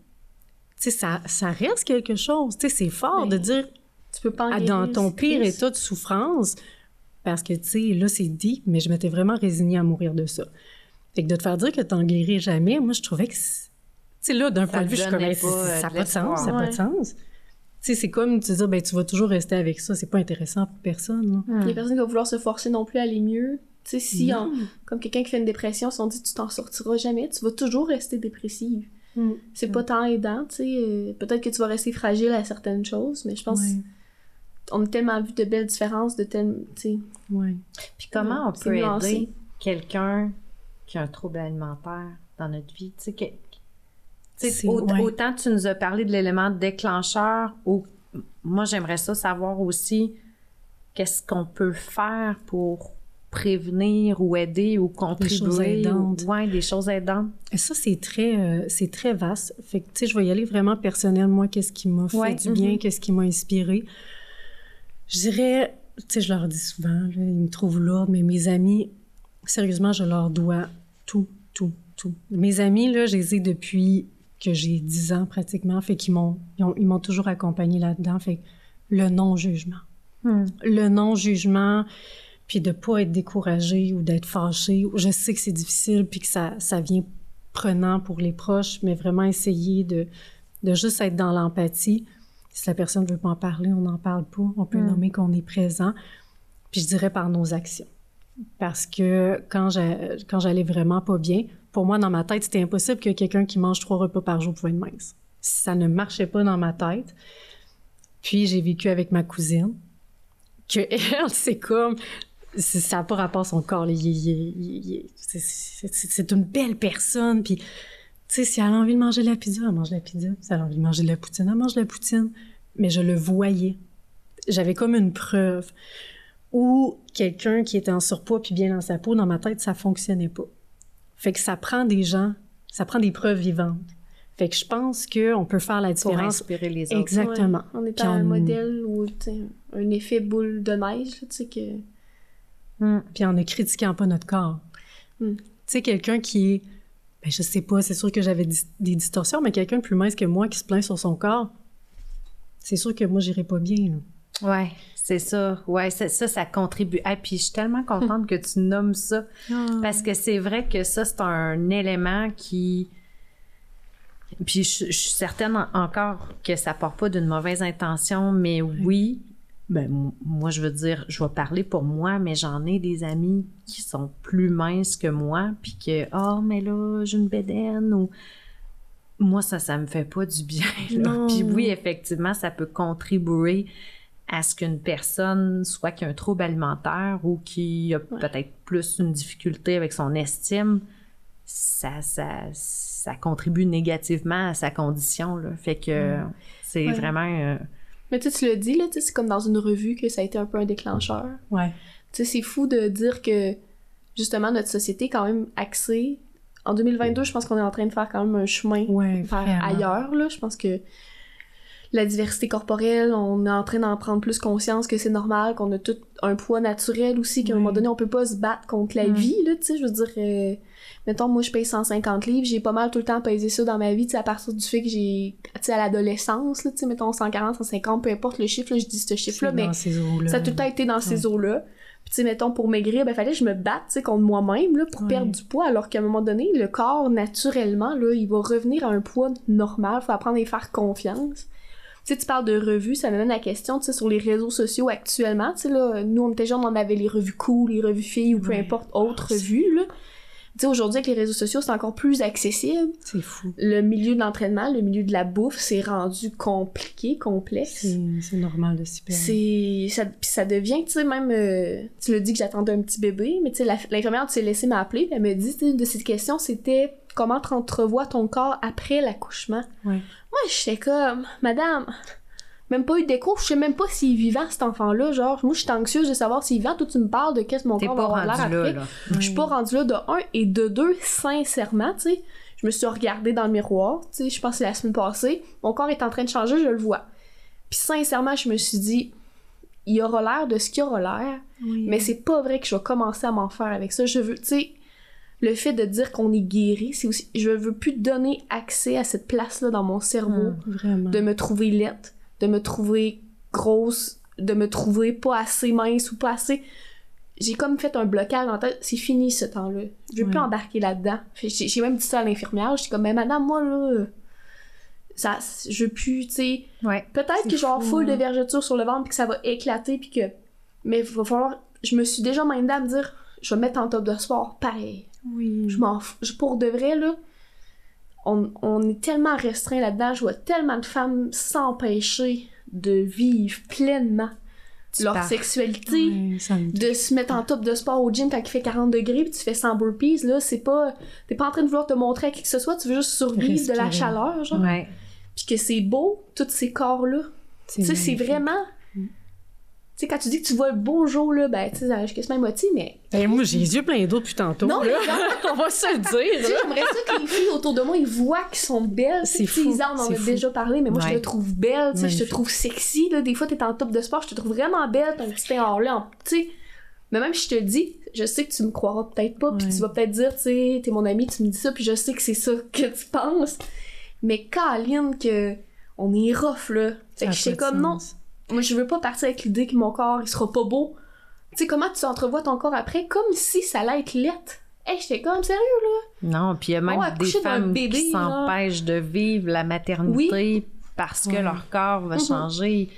tu sais, ça reste quelque chose. Tu sais, c'est fort de dire, tu peux pas en guérir, dans ton pire état de souffrance, parce que, tu sais, là, c'est dit, mais je m'étais vraiment résignée à mourir de ça. Fait que de te faire dire que t'en guéris jamais, moi, je trouvais que, tu sais, là, d'un point de vue, je suis comme, ça n'a pas de sens, ça n'a pas de sens. Tu sais, c'est comme te dire, ben, tu vas toujours rester avec ça, c'est pas intéressant pour personne. Il y a personne qui va vouloir se forcer non plus à aller mieux. Tu sais, si, comme quelqu'un qui fait une dépression, si on dit tu t'en sortiras jamais, tu vas toujours rester dépressive. C'est pas tant aidant, tu sais. Peut-être que tu vas rester fragile à certaines choses, mais je pense on a tellement vu de belles différences, de telles, tu sais. Puis comment on peut aider quelqu'un qui a un trouble alimentaire dans notre vie? Tu sais, autant tu nous as parlé de l'élément déclencheur, ou moi, j'aimerais ça savoir aussi qu'est-ce qu'on peut faire pour prévenir ou aider ou contribuer. Des choses aidantes. Des choses aidantes. Et ça, c'est très vaste. Fait que, tu sais, je vais y aller vraiment personnel. Moi, qu'est-ce qui m'a fait du bien, qu'est-ce qui m'a inspiré. Je dirais, tu sais, je leur dis souvent, là, ils me trouvent lourde, mais mes amis, sérieusement, je leur dois tout. Mes amis, là, je les ai depuis que j'ai 10 ans pratiquement, fait qu'ils m'ont toujours accompagnée là-dedans. Fait que le non-jugement. Le non-jugement, puis de pas être découragé ou d'être fâché. Je sais que c'est difficile, puis que ça vient prenant pour les proches, mais vraiment essayer de juste être dans l'empathie. Si la personne ne veut pas en parler, on n'en parle pas. On peut nommer qu'on est présent. Puis je dirais par nos actions. Parce que quand j'allais vraiment pas bien, pour moi, dans ma tête, c'était impossible que quelqu'un qui mange 3 repas par jour pouvait être mince. Ça ne marchait pas dans ma tête. Puis j'ai vécu avec ma cousine, que elle, c'est comme... Ça n'a pas rapport à son corps. C'est une belle personne. Puis, tu sais, si elle a envie de manger de la pizza, elle mange de la pizza. Si elle a envie de manger de la poutine, elle mange de la poutine. Mais je le voyais. J'avais comme une preuve. Ou quelqu'un qui était en surpoids puis bien dans sa peau, dans ma tête, ça fonctionnait pas. Fait que ça prend des gens, ça prend des preuves vivantes. Fait que je pense qu'on peut faire la différence. Pour inspirer les autres. Exactement. On est un modèle ou un effet boule de neige, tu sais, que... Puis en ne critiquant pas notre corps. Tu sais, quelqu'un qui est... Ben, je sais pas, c'est sûr que j'avais des distorsions, mais quelqu'un de plus mince que moi qui se plaint sur son corps, c'est sûr que moi, j'irais pas bien, là. Ouais, c'est ça. Ouais, ça contribue. Ah, puis je suis tellement contente que tu nommes ça. Parce que c'est vrai que ça, c'est un élément qui... Puis je suis certaine encore que ça part pas d'une mauvaise intention, mais oui, ben moi, je veux dire, je vais parler pour moi, mais j'en ai des amis qui sont plus minces que moi, puis que, mais là, j'ai une bédaine, ou... Moi, ça me fait pas du bien, là. Puis oui, effectivement, ça peut contribuer à ce qu'une personne, soit qui a un trouble alimentaire ou qui a peut-être plus une difficulté avec son estime, ça contribue négativement à sa condition, là. Fait que c'est vraiment... Mais tu l'as dit, là, c'est comme dans une revue que ça a été un peu un déclencheur. Ouais. Tu sais, c'est fou de dire que, justement, notre société est quand même axée... En 2022, je pense qu'on est en train de faire quand même un chemin vers ailleurs, là. Je pense que la diversité corporelle, on est en train d'en prendre plus conscience que c'est normal, qu'on a tout un poids naturel aussi, qu'à un moment donné, on peut pas se battre contre la vie, là, tu sais, je veux dire... mettons, moi, je pèse 150 livres, j'ai pas mal tout le temps pesé ça dans ma vie, tu sais, à partir du fait que j'ai... Tu sais, à l'adolescence, là, tu sais, mettons, 140, 150, peu importe le chiffre, là, je dis ce chiffre-là, mais ça a tout le temps été dans ces eaux-là. Puis, tu sais, mettons, pour maigrir, ben, fallait que je me batte, tu sais, contre moi-même, là, pour perdre du poids, alors qu'à un moment donné, le corps, naturellement, là, il va revenir à un poids normal, faut apprendre à y faire confiance. Tu sais, tu parles de revues, ça m'amène à la question, tu sais, sur les réseaux sociaux actuellement, tu sais, là, nous, on était jeunes, on avait les revues cool, les revues filles, ou peu importe, autres revues, là. Tu sais, aujourd'hui, avec les réseaux sociaux, c'est encore plus accessible. C'est fou. Le milieu de l'entraînement, le milieu de la bouffe, c'est rendu compliqué, complexe. C'est normal de s'y perdre. Puis ça devient, tu sais, même... tu l'as dit que j'attendais un petit bébé, mais tu sais, l'infirmière, tu t'es laissé m'appeler, elle me dit, tu sais, de cette question, c'était comment tu entrevois ton corps après l'accouchement. Ouais. Moi, j'étais comme, madame... Même pas eu d'écho, je sais même pas s'il est vivant, cet enfant-là, genre, moi, je suis anxieuse de savoir s'il est vivant, toi, tu me parles de qu'est-ce que mon corps va avoir l'air après. Je suis pas rendue là de 1, et de 2, sincèrement, tu sais, je me suis regardée dans le miroir, tu sais, je pense que c'est la semaine passée, mon corps est en train de changer, je le vois. Puis sincèrement, je me suis dit, il aura l'air de ce qu'il aura l'air, mais c'est pas vrai que je vais commencer à m'en faire avec ça, je veux, tu sais, le fait de dire qu'on est guéri, c'est aussi... Je veux plus donner accès à cette place-là dans mon cerveau. Vraiment. De me trouver laite, de me trouver grosse, de me trouver pas assez mince ou pas assez... J'ai comme fait un blocage dans la tête. C'est fini, ce temps-là. Je veux plus embarquer là-dedans. J'ai même dit ça à l'infirmière. J'étais comme, mais madame, moi, là... Ça, je veux plus, tu sais... Ouais. Peut-être que je vais avoir full de vergetures sur le ventre puis que ça va éclater puis que... Mais il va falloir... Je me suis déjà mindée à me dire, je vais me mettre en top de sport, pareil. Oui. Je m'en fous. Pour de vrai, là, on est tellement restreint là-dedans. Je vois tellement de femmes s'empêcher de vivre pleinement leur sexualité, de se mettre en top de sport au gym quand il fait 40 degrés puis tu fais 100 burpees, là, c'est pas... T'es pas en train de vouloir te montrer à qui que ce soit, tu veux juste survivre de la chaleur, genre. Ouais. Puis que c'est beau, tous ces corps-là. Tu sais, c'est vraiment... Tu sais, quand tu dis que tu vois le beau jour, là, ben, tu sais, je suis quasiment émotive, mais... Ben, moi, j'ai les yeux pleins d'eau depuis tantôt, non, là. Mais on va se le tu sais, dire, j'aimerais ça que les filles autour de moi, ils voient qu'ils sont belles. C'est fou. Isa, on en a déjà parlé, mais moi, je te trouve belle, tu sais, je te trouve sexy, là. Des fois, t'es en top de sport, je te trouve vraiment belle, t'as un petit teint hors là, tu sais. Mais même si je te le dis, je sais que tu me croiras peut-être pas, puis tu vas peut-être dire, tu sais, t'es mon amie, tu me dis ça, puis je sais que c'est ça que tu penses. Mais Caroline, que on est rough, là. Fait que j'étais comme, non, moi, je veux pas partir avec l'idée que mon corps, il sera pas beau. Tu sais, comment tu entrevois ton corps après? Comme si ça allait être lettre. Hey, j'étais comme, sérieux, là? Non, puis il y a même des femmes qui s'empêchent de vivre la maternité parce que leur corps va changer.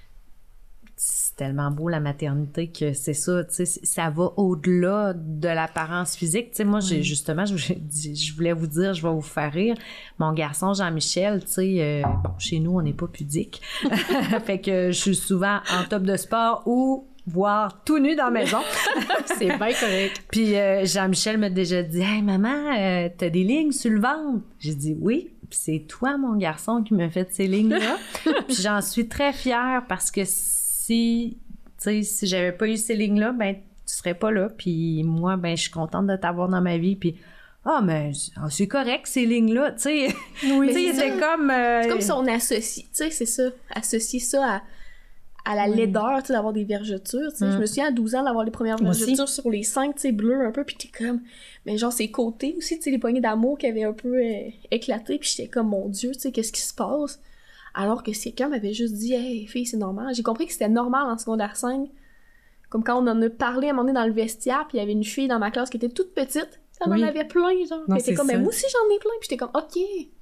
C'est tellement beau, la maternité, que c'est ça, tu sais, ça va au-delà de l'apparence physique. Tu sais, moi, justement, je voulais vous dire, je vais vous faire rire. Mon garçon Jean-Michel, tu sais, bon, chez nous, on n'est pas pudique. Fait que je suis souvent en top de sport ou voire tout nu dans la maison. C'est bien correct. Puis Jean-Michel m'a déjà dit, « Hey, maman, t'as des lignes sur le ventre? » J'ai dit « Oui. » Puis c'est toi, mon garçon, qui m'a fait ces lignes-là. Puis j'en suis très fière parce que si j'avais pas eu ces lignes-là, ben tu serais pas là. Puis moi, ben je suis contente de t'avoir dans ma vie. Puis mais c'est correct, ces lignes-là, tu sais. Oui, tu sais, c'était comme... C'est comme si on associe, tu sais, c'est ça. Associer ça à la laideur, tu sais, d'avoir des vergetures, tu sais. Je me souviens à 12 ans d'avoir les premières vergetures sur les seins, tu sais, bleues un peu, puis t'es comme... Mais genre, c'est côté aussi, tu sais, les poignées d'amour qui avaient un peu éclaté, puis j'étais comme, mon Dieu, tu sais, qu'est-ce qui se passe? Alors que si quelqu'un m'avait juste dit « Hey, fille, c'est normal », j'ai compris que c'était normal en secondaire 5. Comme quand on en a parlé à un moment donné dans le vestiaire, puis il y avait une fille dans ma classe qui était toute petite, elle en avait plein, genre. Elle était comme « Mais moi aussi, j'en ai plein », puis j'étais comme « OK,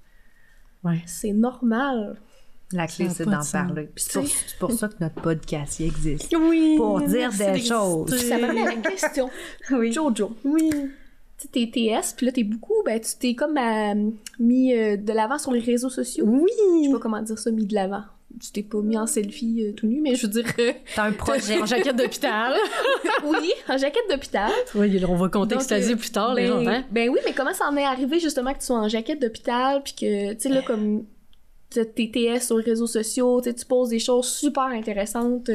c'est normal ». La clé, c'est d'en parler. Puis c'est pour ça que notre podcast il existe. Oui. Pour dire des choses. Ça m'amène à la question. Jojo. Oui. Tu sais, t'es TS, puis là, t'es beaucoup, ben, tu t'es comme mis de l'avant sur les réseaux sociaux. Oui. Je sais pas comment dire ça, mis de l'avant. Tu t'es pas mis en selfie tout nu, mais je veux dire... T'as un projet. En jaquette d'hôpital. Oui, en jaquette d'hôpital. Oui, on va contextualiser plus tard, les gens, hein? Ben oui, mais comment ça en est arrivé, justement, que tu sois en jaquette d'hôpital, puis que, tu sais, là, comme... T'es TS sur les réseaux sociaux, tu poses des choses super intéressantes.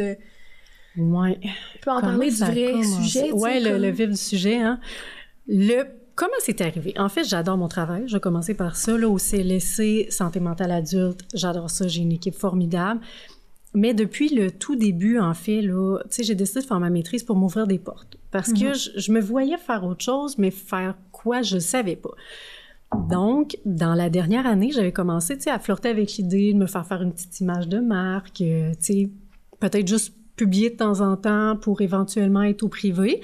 Ouais. Tu peux en parler du vrai sujet. Ouais, le vif du sujet, hein. Comment c'est arrivé? En fait, j'adore mon travail. Je vais commencer par ça, là, au CLSC, santé mentale adulte. J'adore ça. J'ai une équipe formidable. Mais depuis le tout début, en fait, là, tu sais, j'ai décidé de faire ma maîtrise pour m'ouvrir des portes. Parce que je me voyais faire autre chose, mais faire quoi, je savais pas. Donc, dans la dernière année, j'avais commencé, tu sais, à flirter avec l'idée de me faire une petite image de marque, tu sais, peut-être juste publier de temps en temps pour éventuellement être au privé.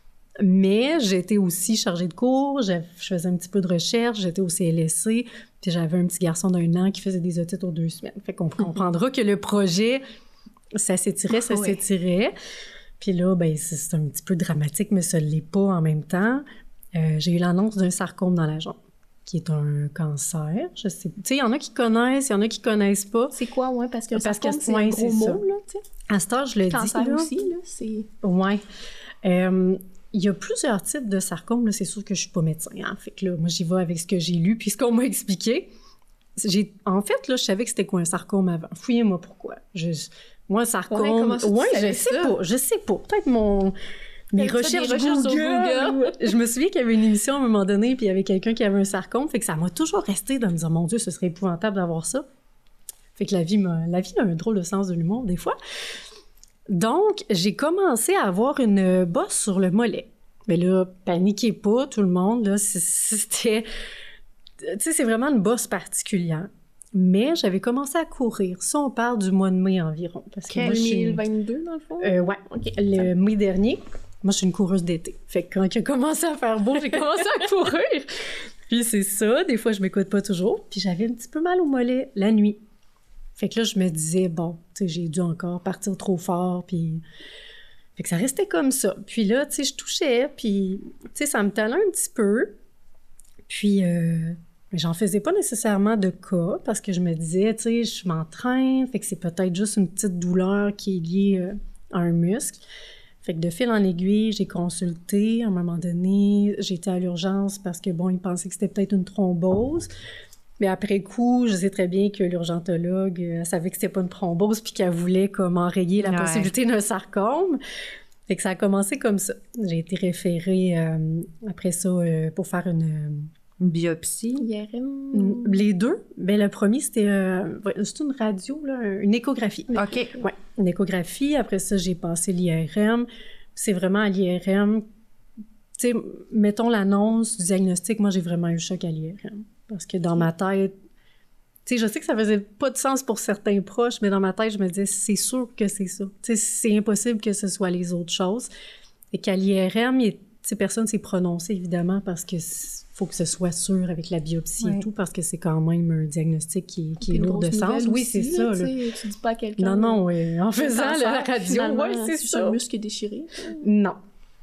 Mais j'étais aussi chargée de cours, je faisais un petit peu de recherche, j'étais au CLSC, puis j'avais un petit garçon d'1 an qui faisait des audites aux 2 semaines. Fait qu'on comprendra que le projet, ça s'étirait. Puis là, ben c'est un petit peu dramatique, mais ça ne l'est pas en même temps. J'ai eu l'annonce d'un sarcome dans la jambe, qui est un cancer. Je sais, tu sais, il y en a qui connaissent, il y en a qui connaissent pas. C'est quoi, ouais, parce que c'est un ouais, gros mot, là, tu sais. À ce temps, je le dis, cancer là. aussi, là, c'est... Ouais. Il y a plusieurs types de sarcomes, là, c'est sûr que je suis pas médecin, hein. Fait que là, moi, j'y vais avec ce que j'ai lu puis ce qu'on m'a expliqué. En fait, là, je savais que c'était quoi un sarcome avant. Fouillez-moi pourquoi. Moi, un sarcome... Je sais pas. Peut-être mes recherches Google. Je me souviens qu'il y avait une émission à un moment donné, puis il y avait quelqu'un qui avait un sarcome, fait que ça m'a toujours resté de me dire, mon Dieu, ce serait épouvantable d'avoir ça. Fait que la vie a un drôle de sens de l'humour, des fois. Donc, j'ai commencé à avoir une bosse sur le mollet. Mais là, paniquez pas, tout le monde, là, c'était... Tu sais, c'est vraiment une bosse particulière. Mais j'avais commencé à courir. Ça, on parle du mois de mai environ. Parce que moi, 2022, dans le fond? Ouais, le mai dernier. Moi, je suis une coureuse d'été. Fait que quand il a commencé à faire beau, j'ai commencé à courir. Puis c'est ça, des fois, je m'écoute pas toujours. Puis j'avais un petit peu mal au mollet la nuit. Fait que là, je me disais, bon, tu sais, j'ai dû encore partir trop fort, puis... Fait que ça restait comme ça. Puis là, tu sais, je touchais, puis, tu sais, ça me tannait un petit peu. Puis, mais j'en faisais pas nécessairement de cas, parce que je me disais, tu sais, je m'entraîne, fait que c'est peut-être juste une petite douleur qui est liée à un muscle. Fait que de fil en aiguille, j'ai consulté. À un moment donné, j'ai été à l'urgence parce que, bon, ils pensaient que c'était peut-être une thrombose. Mais après coup, je sais très bien que l'urgentologue, elle savait que c'était pas une thrombose puis qu'elle voulait comme enrayer la possibilité d'un sarcome. Fait que ça a commencé comme ça. J'ai été référée après ça pour faire une biopsie. IRM? Les deux. Ben, le premier, c'était une radio, là, une échographie. OK. Ouais, une échographie. Après ça, j'ai passé l'IRM. C'est vraiment à l'IRM. Tu sais, mettons l'annonce du diagnostic, moi, j'ai vraiment eu le choc à l'IRM. Parce que dans ma tête, tu sais, je sais que ça faisait pas de sens pour certains proches, mais dans ma tête, je me disais, c'est sûr que c'est ça. Tu sais, c'est impossible que ce soit les autres choses. Et qu'à l'IRM, personne s'est prononcé, évidemment, parce que faut que ce soit sûr avec la biopsie et tout, parce que c'est quand même un diagnostic qui est lourd de sens. Oui, c'est ça. Là. Tu dis pas à quelqu'un... Non, en faisant la radio, oui, c'est ça. Un muscle qui est déchiré. Non.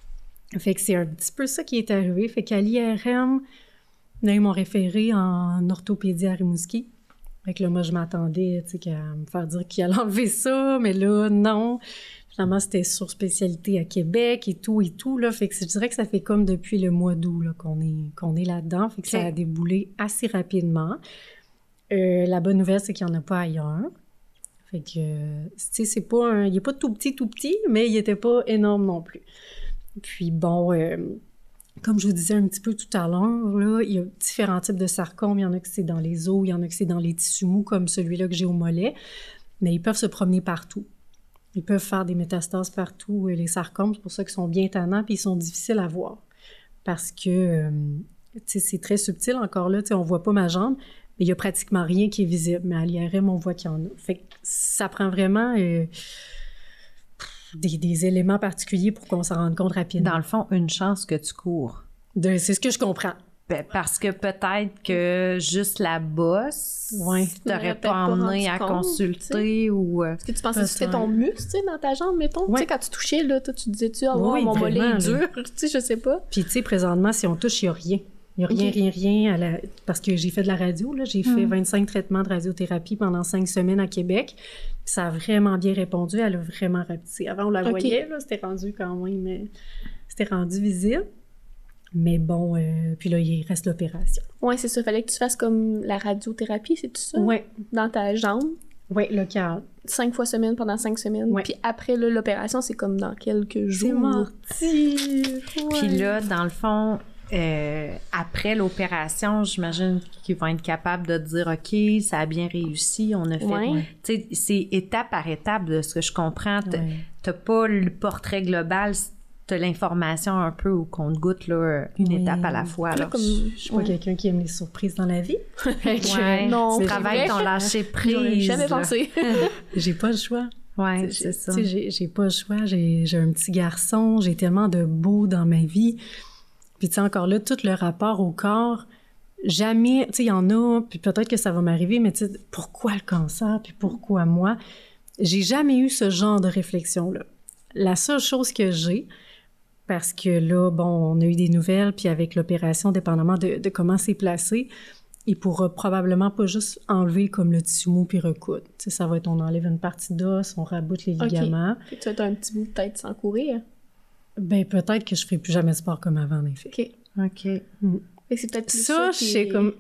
Fait que c'est un petit peu ça qui est arrivé. Fait qu'à l'IRM, là, ils m'ont référé en orthopédie à Rimouski. Fait que là, moi, je m'attendais, tu sais, qu'à me faire dire qu'il allait enlever ça, mais là, non. Finalement, c'était sur spécialité à Québec et tout, là. Fait que je dirais que ça fait comme depuis le mois d'août, là, qu'on est là-dedans. Fait que ça a déboulé assez rapidement. La bonne nouvelle, c'est qu'il n'y en a pas ailleurs. Fait que, tu sais, c'est pas il n'est pas tout petit, mais il n'était pas énorme non plus. Puis bon... Comme je vous disais un petit peu tout à l'heure, là, il y a différents types de sarcomes. Il y en a que c'est dans les os, il y en a que c'est dans les tissus mous, comme celui-là que j'ai au mollet. Mais ils peuvent se promener partout. Ils peuvent faire des métastases partout, les sarcomes. C'est pour ça qu'ils sont bien tannants puis ils sont difficiles à voir. Parce que, tu sais, c'est très subtil encore là. Tu sais, on voit pas ma jambe, mais il y a pratiquement rien qui est visible. Mais à l'IRM, on voit qu'il y en a. Fait que ça prend vraiment... Des éléments particuliers pour qu'on s'en rende compte rapidement. Dans le fond, une chance que tu cours. C'est ce que je comprends. Ben, parce que peut-être que juste la bosse, t'aurais pas emmené à consulter ou... Est-ce que tu pensais que c'était ton muscle, tu sais, dans ta jambe, mettons? Tu sais, quand tu touchais, là, toi, tu disais-tu, mon mollet est dur, tu sais, je sais pas. Puis, tu sais, présentement, si on touche, il y a rien. Il n'y a rien parce que j'ai fait de la radio, là. J'ai fait 25 traitements de radiothérapie pendant 5 semaines à Québec. Puis ça a vraiment bien répondu. Elle a vraiment rapetissé. Avant, on la voyait, là. C'était rendu quand même... Mais c'était rendu visible. Mais bon, puis là, il reste l'opération. Oui, c'est ça. Fallait que tu fasses comme la radiothérapie, c'est tout ça? Oui. Dans ta jambe? Oui, local. 5 fois semaine pendant 5 semaines. Ouais. Puis après, là, l'opération, c'est comme dans quelques jours. C'est mortif. Puis là, dans le fond... après l'opération, j'imagine qu'ils vont être capables de dire « OK, ça a bien réussi, on a fait... Ouais. » Tu sais, c'est étape par étape de ce que je comprends. T'as pas le portrait global, t'as l'information un peu au compte-gouttes, là, une étape à la fois. Là. Comme, je suis pas quelqu'un qui aime les surprises dans la vie. Non, tu travailles ton lâcher-prise. J'aurais jamais pensé. J'ai pas le choix. Oui, c'est ça. J'ai pas le choix. J'ai un petit garçon, j'ai tellement de beau dans ma vie. Puis, tu sais, encore là, tout le rapport au corps, jamais, tu sais, il y en a, puis peut-être que ça va m'arriver, mais tu sais, pourquoi le cancer, puis pourquoi moi? J'ai jamais eu ce genre de réflexion-là. La seule chose que j'ai, parce que là, bon, on a eu des nouvelles, puis avec l'opération, dépendamment de comment c'est placé, il pourra probablement pas juste enlever comme le tissu mou puis recoudre. Tu sais, ça va être, on enlève une partie d'os, on raboute les ligaments. Okay. Tu vas être un petit bout de tête sans courir. Ben, peut-être que je ferai plus jamais de sport comme avant, en effet. OK. Mais c'est peut-être plus ça, je sais comme,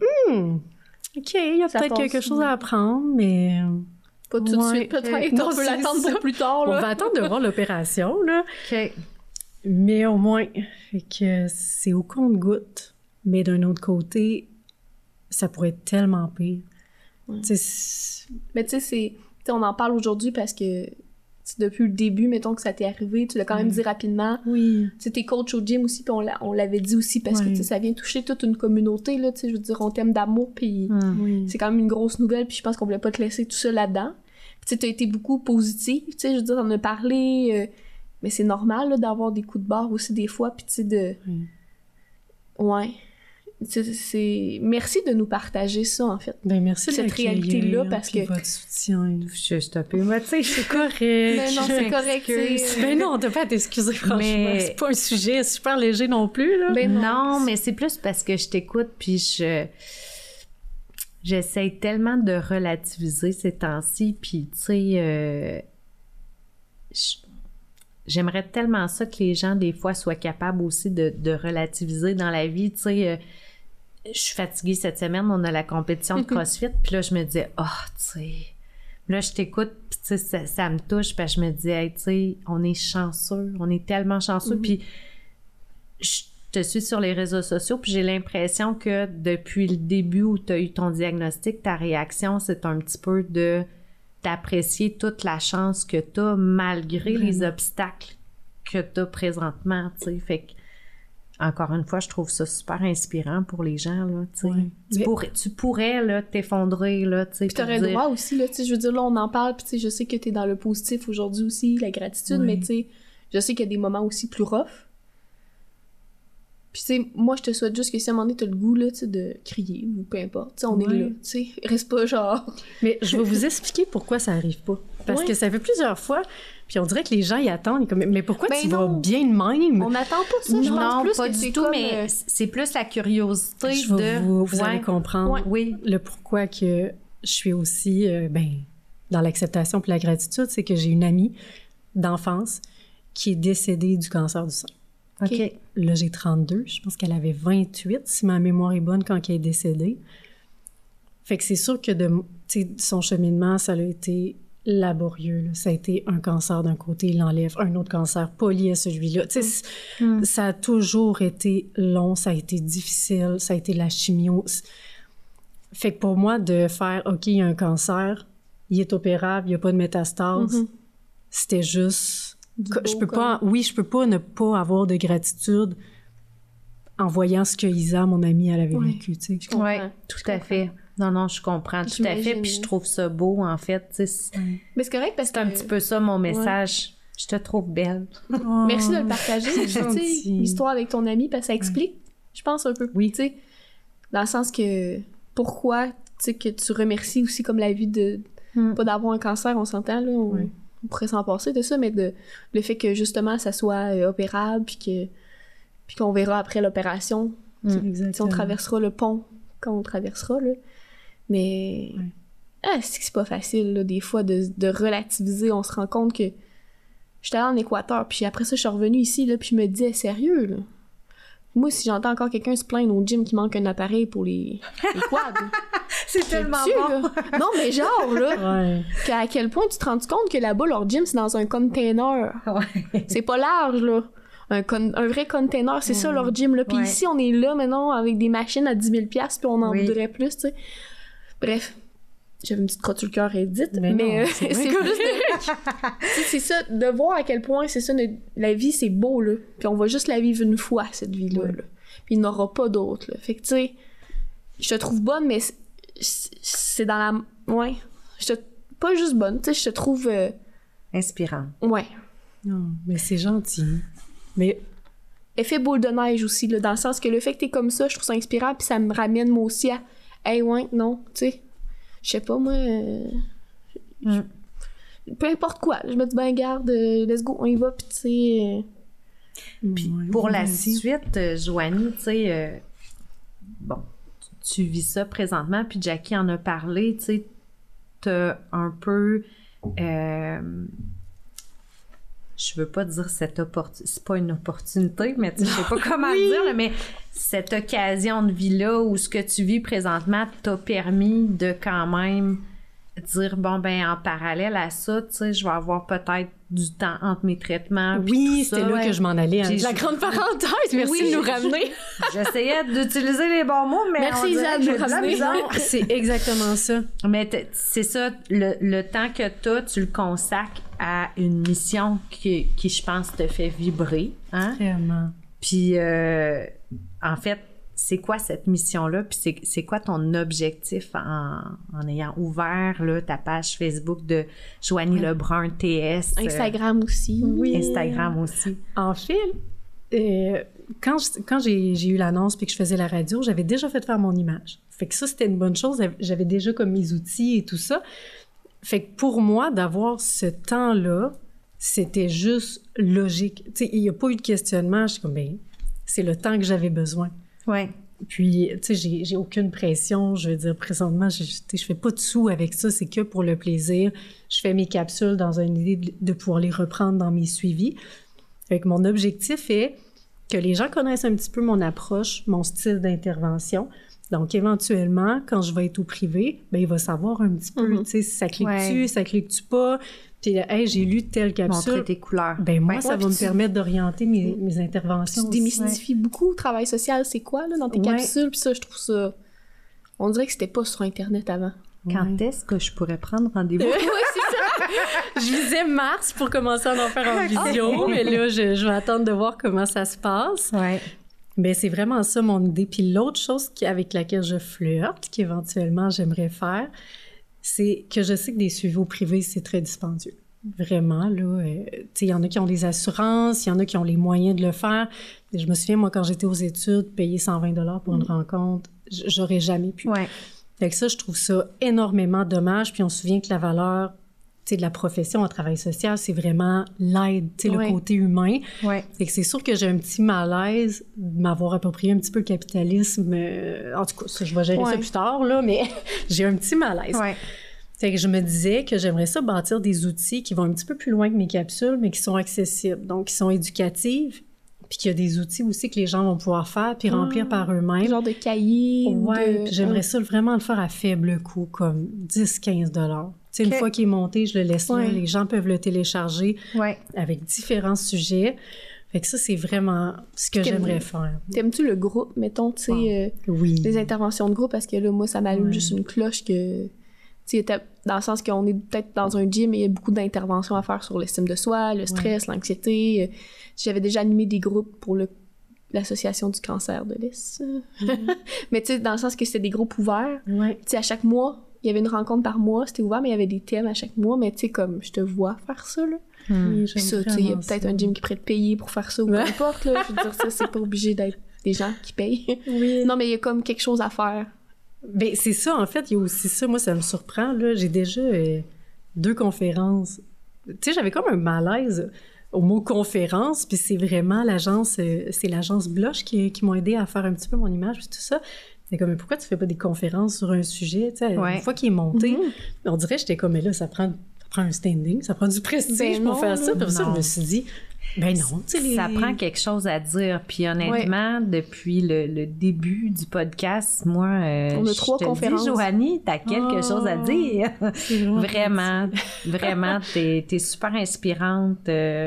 OK, il y a peut-être quelque chose à apprendre, mais... Pas tout de suite, peut-être. On peut l'attendre pour plus tard, là. On va attendre de voir l'opération, là. OK. Mais au moins, fait que c'est au compte-gouttes. Mais d'un autre côté, ça pourrait être tellement pire. Ouais. Mais tu sais, on en parle aujourd'hui parce que depuis le début, mettons que ça t'est arrivé, tu l'as quand même dit rapidement. Oui. Tu sais, t'es coach au gym aussi, puis on l'avait dit aussi, parce que, tu sais, ça vient toucher toute une communauté, là, tu sais, je veux dire, on t'aime d'amour, puis c'est quand même une grosse nouvelle, puis je pense qu'on voulait pas te laisser tout ça là-dedans. Puis tu sais, t'as été beaucoup positive, tu sais, je veux dire, on a parlé, mais c'est normal, là, d'avoir des coups de barre aussi des fois, puis tu sais, de... Ouais. Merci de nous partager ça, en fait. Ben merci cette réalité-là, parce que... votre soutien. Je stoppé. Moi, tu sais, je suis correcte. Mais non, c'est correct. Mais non, t'as pas à t'excuser, franchement. Mais... C'est pas un sujet super léger non plus, là. Ben non, mais c'est plus parce que je t'écoute, puis j'essaie tellement de relativiser ces temps-ci, puis tu sais, j'aimerais tellement ça que les gens, des fois, soient capables aussi de relativiser dans la vie, tu sais. Je suis fatiguée cette semaine, on a la compétition de CrossFit, puis là, je me disais, tu sais... Là, je t'écoute, puis tu sais, ça me touche, puis je me dis, hey, tu sais, on est chanceux, on est tellement chanceux, puis je te suis sur les réseaux sociaux, puis j'ai l'impression que depuis le début où tu as eu ton diagnostic, ta réaction, c'est un petit peu d'apprécier toute la chance que tu as malgré les obstacles que tu as présentement, tu sais. Fait que, encore une fois, je trouve ça super inspirant pour les gens, là, tu sais. Tu pourrais, là, t'effondrer, là, tu sais. Puis t'aurais le droit aussi, là, tu sais, je veux dire, là, on en parle, puis tu sais, je sais que t'es dans le positif aujourd'hui aussi, la gratitude, mais tu sais, je sais qu'il y a des moments aussi plus rough. Puis tu sais, moi, je te souhaite juste que si à un moment donné, t'as le goût, là, tu sais, de crier, ou peu importe, tu sais, on est là, tu sais, reste pas genre... Mais je vais vous expliquer pourquoi ça arrive pas. Parce que ça fait plusieurs fois, puis on dirait que les gens y attendent, comme, mais pourquoi tu vas bien de même? On n'attend pas ça, je pense plus pas que du c'est tout, comme, mais c'est plus la curiosité vous allez comprendre le pourquoi que je suis aussi, dans l'acceptation puis la gratitude, c'est que j'ai une amie d'enfance qui est décédée du cancer du sein. OK. Là, j'ai 32. Je pense qu'elle avait 28, si ma mémoire est bonne, quand elle est décédée. Fait que c'est sûr que son cheminement, ça a été laborieux. Là. Ça a été un cancer d'un côté, il l'enlève, un autre cancer pas lié à celui-là. Ça a toujours été long, ça a été difficile, ça a été la chimio. Fait que pour moi, de faire, OK, il y a un cancer, il est opérable, il n'y a pas de métastase, c'était juste... Je peux pas ne pas avoir de gratitude en voyant ce que Isa, mon amie, elle avait vécu, tu sais. Oui, tout à fait. Non, je comprends tout à fait, puis je trouve ça beau, en fait. Mais c'est correct parce que... C'est un petit peu ça, mon message. Je te trouve belle. Merci de le partager. L'histoire avec ton amie, parce que ça explique, je pense, un peu. Oui. Tu sais, dans le sens que... Pourquoi, tu sais, que tu remercies aussi comme la vie de... Pas d'avoir un cancer, on s'entend, là. On pourrait s'en passer de ça, mais le fait que, justement, ça soit opérable, puis qu'on verra après l'opération. Si on traversera le pont quand on traversera, là. Mais... c'est pas facile, là, des fois, de relativiser. On se rend compte que j'étais allée en Équateur, puis après ça, je suis revenue ici, là, puis je me disais, sérieux, là? Moi, si j'entends encore quelqu'un se plaindre au gym qu'il manque un appareil pour les quads... c'est tellement bon! Là. Non, mais genre, là, à quel point tu te rends compte que là-bas, leur gym, c'est dans un container. C'est pas large, là. Un vrai container, c'est ça, leur gym, là. Puis ici, on est là, maintenant, avec des machines à 10 000$, puis on en voudrait plus, tu sais. Bref, j'avais une petite crotte sur le cœur Edith, mais c'est juste c'est ça, de voir à quel point, c'est ça, la vie, c'est beau, là. Puis on va juste la vivre une fois, cette vie-là, là. Puis il n'y en aura pas d'autre, là. Fait que, tu sais, je te trouve bonne, mais c'est dans la... Ouais. Pas juste bonne, tu sais, je te trouve... Inspirant. Ouais. Non, mais c'est gentil. Mais... Effet boule de neige aussi, là, dans le sens que le fait que t'es comme ça, je trouve ça inspirant, puis ça me ramène, moi aussi, à... Hey, non, tu sais... Je sais pas, moi... Peu importe quoi. Je me dis, garde, let's go, on y va, puis tu sais... Puis pour la suite, Joanie, tu sais... tu vis ça présentement, puis Jackie en a parlé, tu sais, t'as un peu... je veux pas dire cette opportunité... C'est pas une opportunité, mais tu sais, je sais pas comment dire, là, mais cette occasion de vie-là où ce que tu vis présentement t'a permis de quand même dire, en parallèle à ça, tu sais, je vais avoir peut-être du temps entre mes traitements. Oui, c'était là que je m'en allais. Hein. La grande parenthèse, merci de nous ramener. J'essayais d'utiliser les bons mots, mais merci Isa de nous ramener. C'est exactement ça. Mais c'est ça, le temps que tu le consacres à une mission qui je pense, te fait vibrer. Hein? Vraiment. Puis, en fait, c'est quoi cette mission-là? Puis c'est quoi ton objectif en ayant ouvert là, ta page Facebook de Joanie Lebrun TS? Instagram aussi. Oui. Instagram aussi. En fait, quand j'ai eu l'annonce puis que je faisais la radio, j'avais déjà fait faire mon image. Fait que ça, c'était une bonne chose. J'avais déjà comme mes outils et tout ça. Fait que pour moi, d'avoir ce temps-là, c'était juste logique. Tu sais, il n'y a pas eu de questionnement. Je suis comme, ben, c'est le temps que j'avais besoin. Ouais. Puis, tu sais, j'ai aucune pression. Je veux dire, présentement, je fais pas de sous avec ça. C'est que pour le plaisir. Je fais mes capsules dans une idée de pouvoir les reprendre dans mes suivis. Fait que mon objectif est que les gens connaissent un petit peu mon approche, mon style d'intervention. Donc, éventuellement, quand je vais être au privé, ben il va savoir un petit peu, tu sais, si ça clique-tu, ça clique-tu pas. Puis, hey, j'ai lu telle capsule. Montrer tes couleurs. Ben moi, ça va me permettre d'orienter mes interventions. Tu démystifies beaucoup. Travail social, c'est quoi, là, dans tes capsules? Puis ça, je trouve ça... On dirait que c'était pas sur Internet avant. Quand est-ce que je pourrais prendre rendez-vous? Oui, c'est ça! Je visais mars pour commencer à en faire en vidéo, mais là, je vais attendre de voir comment ça se passe. Ouais. Ben c'est vraiment ça mon idée. Puis l'autre chose avec laquelle je flirte, qu'éventuellement j'aimerais faire, c'est que je sais que des suivis au privé, c'est très dispendieux. Vraiment, là. Tu sais, il y en a qui ont des assurances, il y en a qui ont les moyens de le faire. Je me souviens, moi, quand j'étais aux études, payer 120 $ pour une rencontre, j'aurais jamais pu. Ouais. Fait que ça, je trouve ça énormément dommage. Puis on se souvient que la valeur, tu sais, de la profession en travail social, c'est vraiment l'aide, tu sais, le côté humain. Ouais. Fait que c'est sûr que j'ai un petit malaise de m'avoir approprié un petit peu le capitalisme. En tout cas, ça, je vais gérer ça plus tard, là, mais j'ai un petit malaise. Ouais. Fait que je me disais que j'aimerais ça bâtir des outils qui vont un petit peu plus loin que mes capsules, mais qui sont accessibles, donc qui sont éducatives, puis qu'il y a des outils aussi que les gens vont pouvoir faire puis remplir par eux-mêmes. Genre de cahier. Ouais, puis j'aimerais ça vraiment le faire à faible coût, comme 10-15 $. Tu sais, une fois qu'il est monté, je le laisse là, les gens peuvent le télécharger avec différents sujets. Fait que ça, c'est vraiment ce que j'aimerais faire. T'aimes-tu le groupe, mettons, tu sais, les interventions de groupe? Parce que là, moi, ça m'allume juste une cloche que... Tu sais, dans le sens qu'on est peut-être dans un gym et il y a beaucoup d'interventions à faire sur l'estime de soi, le stress, l'anxiété. J'avais déjà animé des groupes pour l'association du cancer de l'Is. Mais tu sais, dans le sens que c'était des groupes ouverts. Tu sais, à chaque mois, il y avait une rencontre par mois, c'était ouvert, mais il y avait des thèmes à chaque mois. Mais tu sais, comme je te vois faire ça, là. Oui, puis ça, tu sais, il y a peut-être un gym qui pourrait te payer pour faire ça ou peu importe, là. Je veux dire, ça, c'est pas obligé d'être des gens qui payent. Non, mais il y a comme quelque chose à faire. Ben c'est ça, en fait, il y a aussi ça. Moi, ça me surprend, là. J'ai déjà 2 conférences. Tu sais, j'avais comme un malaise au mot conférence, puis c'est vraiment c'est l'agence Bloch qui m'ont aidé à faire un petit peu mon image, puis tout ça. C'est comme, mais pourquoi tu fais pas des conférences sur un sujet, tu sais, une fois qu'il est monté, on dirait, j'étais comme, mais là, ça prend un standing, ça prend du prestige pour faire ça. Puis ça, je me suis dit, ben non, tu sais, ça prend quelque chose à dire. Puis honnêtement, depuis le début du podcast, moi, on a 3 conférences. Dis, Joanie, t'as quelque chose à dire. Vraiment, t'es super inspirante.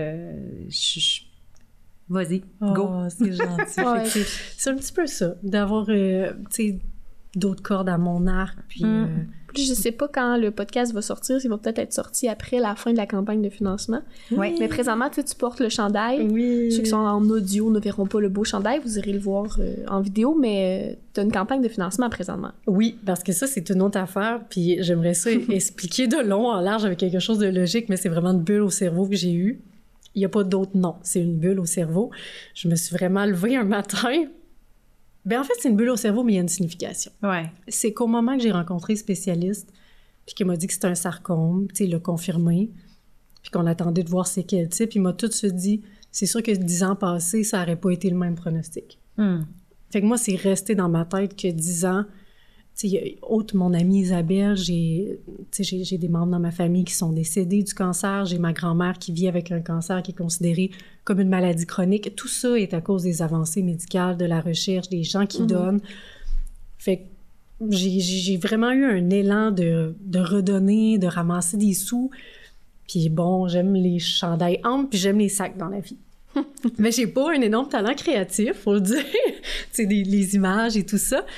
Vas-y, go. C'est gentil. C'est un petit peu ça, d'avoir, tu sais, d'autres cordes à mon arc, puis... Puis je sais pas quand le podcast va sortir, il va peut-être être sorti après la fin de la campagne de financement. Mais présentement, tu portes le chandail. Ceux qui sont en audio ne verront pas le beau chandail, vous irez le voir en vidéo, mais tu as une campagne de financement présentement. Oui, parce que ça, c'est une autre affaire, puis j'aimerais ça expliquer de long en large avec quelque chose de logique, mais c'est vraiment une bulle au cerveau que j'ai eue. Il n'y a pas d'autre nom, c'est une bulle au cerveau. Je me suis vraiment levée un matin... Ben en fait, c'est une bulle au cerveau, mais il y a une signification. C'est qu'au moment que j'ai rencontré le spécialiste, puis qu'il m'a dit que c'était un sarcome, tu sais, il l'a confirmé, puis qu'on attendait de voir c'est quel type, il m'a tout de suite dit, c'est sûr que 10 ans passés, ça n'aurait pas été le même pronostic. Fait que moi, c'est resté dans ma tête que 10 ans, tu sais, autre mon amie Isabelle, j'ai des membres dans ma famille qui sont décédés du cancer, j'ai ma grand-mère qui vit avec un cancer qui est considéré comme une maladie chronique. Tout ça est à cause des avancées médicales, de la recherche, des gens qui donnent. Fait que j'ai vraiment eu un élan de redonner, de ramasser des sous. Puis bon, j'aime les chandails amples, puis j'aime les sacs dans la vie. Mais j'ai pas un énorme talent créatif, faut le dire. Tu sais, les images et tout ça.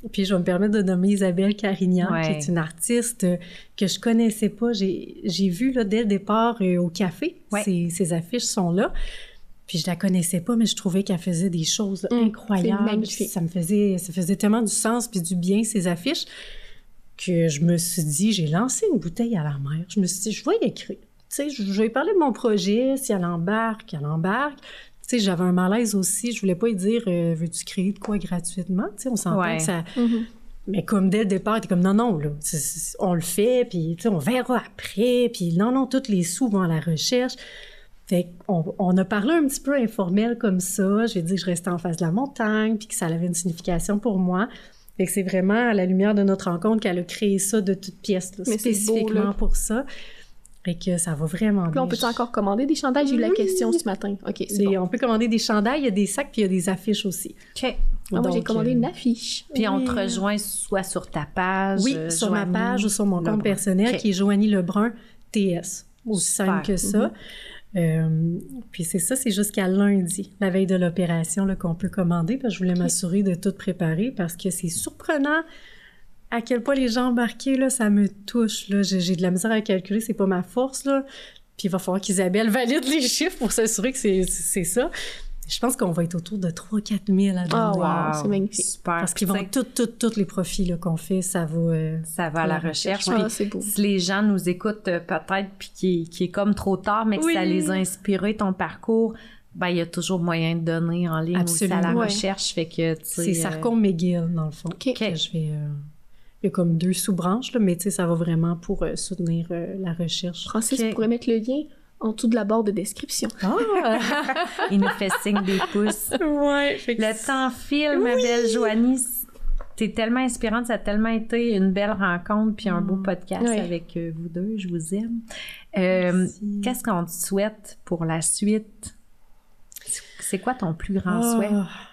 Puis je vais me permettre de nommer Isabelle Carignan, qui est une artiste que je connaissais pas. J'ai vu là, dès le départ au café, ses affiches sont là. Puis je la connaissais pas, mais je trouvais qu'elle faisait des choses incroyables. C'est magnifique. Ça faisait tellement du sens puis du bien, ces affiches, que je me suis dit, j'ai lancé une bouteille à la mer. Je me suis dit, je vais y écrire. Tu sais, je vais lui parler de mon projet, si elle embarque, elle embarque. Tu sais, j'avais un malaise aussi. Je voulais pas lui dire, veux-tu créer de quoi gratuitement? Tu sais, on s'entend que ça... Mais comme dès le départ, t'es comme, non, là, on le fait, puis tu sais, on verra après, puis non, tous les sous vont à la recherche. Fait qu'on a parlé un petit peu informel comme ça. Je vais dire que je restais en face de la montagne, puis que ça avait une signification pour moi. Fait que c'est vraiment à la lumière de notre rencontre qu'elle a créé ça de toutes pièces, là, spécifiquement beau, pour ça. Fait que ça va vraiment bien. Là, on peut encore commander des chandails? J'ai eu la question ce matin. OK, c'est bon. On peut commander des chandails, il y a des sacs, puis il y a des affiches aussi. OK. Moi, j'ai commandé une affiche. Puis on te rejoint soit sur ta page. Oui, sur ma page ou sur mon compte personnel, qui est Joanie Lebrun TS. Aussi simple que ça. Puis c'est ça, c'est jusqu'à lundi, la veille de l'opération, là, qu'on peut commander, parce que je voulais m'assurer de tout préparer, parce que c'est surprenant à quel point les gens embarqués, là, ça me touche, là. J'ai de la misère à calculer, c'est pas ma force, là. Puis il va falloir qu'Isabelle valide les chiffres pour s'assurer que c'est ça. Je pense qu'on va être autour de 3-4 000 à demander. Oh, wow, c'est magnifique. Super. Parce qu'ils vont tous les profits là, qu'on fait, ça va à la recherche. Ah, c'est beau. Si les gens nous écoutent peut-être, puis qui est comme trop tard, mais que ça les a inspirés, ton parcours, ben il y a toujours moyen de donner en ligne aussi à la recherche. Fait que, c'est Sarcombe McGill, dans le fond. Que je vais... Il y a comme 2 sous-branches, là, mais tu sais, ça va vraiment pour soutenir la recherche. Francis pourrait mettre le lien en dessous de la barre de description. Ah! Il nous fait signe des pouces. Ouais. Le temps file, ma belle Joanie. T'es tellement inspirante. Ça a tellement été une belle rencontre puis un beau podcast avec vous deux. Je vous aime. Qu'est-ce qu'on te souhaite pour la suite? C'est quoi ton plus grand souhait?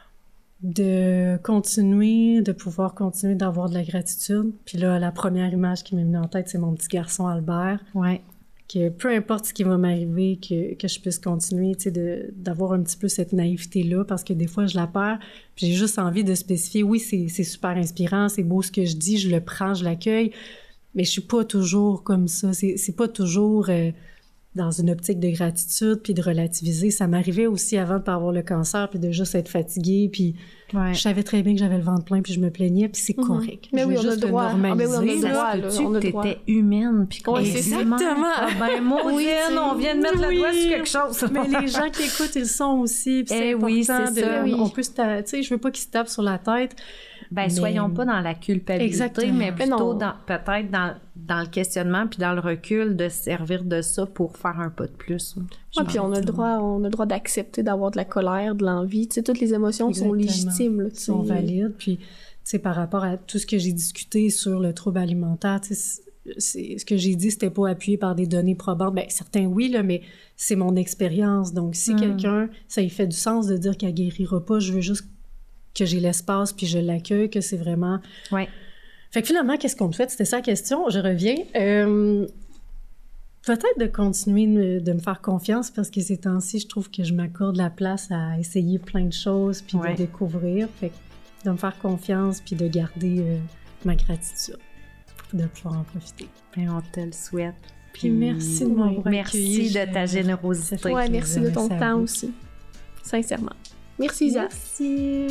De pouvoir continuer d'avoir de la gratitude. Puis là, la première image qui m'est venue en tête, c'est mon petit garçon Albert. Ouais. Que peu importe ce qui va m'arriver, que je puisse continuer, tu sais, d'avoir un petit peu cette naïveté-là, parce que des fois, je la perds, puis j'ai juste envie de spécifier, oui, c'est super inspirant, c'est beau ce que je dis, je le prends, je l'accueille, mais je suis pas toujours comme ça, c'est pas toujours dans une optique de gratitude, puis de relativiser. Ça m'arrivait aussi avant de pas avoir le cancer, puis de juste être fatiguée, puis je savais très bien que j'avais le ventre plein, puis je me plaignais, puis c'est correct. Mais oui, on a le droit. T'étais humaine, puis exactement. Ben maudine, on vient de mettre le doigt sur quelque chose. Mais les gens qui écoutent, ils le sont aussi, puis c'est important. On peut tu sais, je veux pas qu'ils se tapent sur la tête. Ben, soyons pas dans la culpabilité, mais plutôt peut-être dans le questionnement puis dans le recul de se servir de ça pour faire un pas de plus. Oui, puis on a le droit d'accepter d'avoir de la colère, de l'envie. Tu sais, toutes les émotions sont légitimes. Là, sont valides. Puis, tu sais, par rapport à tout ce que j'ai discuté sur le trouble alimentaire, tu sais, ce que j'ai dit, c'était pas appuyé par des données probantes. Ben, certains, oui, là, mais c'est mon expérience. Donc, si quelqu'un, ça lui fait du sens de dire qu'elle guérira pas, je veux juste que j'ai l'espace, puis je l'accueille, que c'est vraiment... Ouais. Fait que finalement, qu'est-ce qu'on me fait? C'était ça la question. Je reviens. Peut-être de continuer de me faire confiance, parce que ces temps-ci, je trouve que je m'accorde la place à essayer plein de choses, puis de découvrir. Fait que de me faire confiance, puis de garder ma gratitude, de pouvoir en profiter. Bien, on te le souhaite. Puis merci de m'avoir accueilli. Merci de ta générosité. Ouais, merci de ton temps aussi. Sincèrement. Merci, Isa. Merci.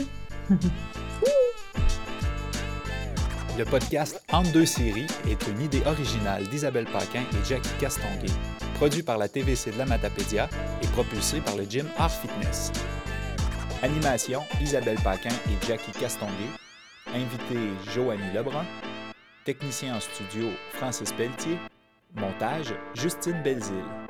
Le podcast Entre deux séries est une idée originale d'Isabelle Paquin et Jackie Castonguay, produit par la TVC de la Matapédia et propulsé par le gym Art Fitness. Animation Isabelle Paquin et Jackie Castonguay. Invité Joanie Lebrun. Technicien en studio Francis Pelletier. Montage Justine Belzile.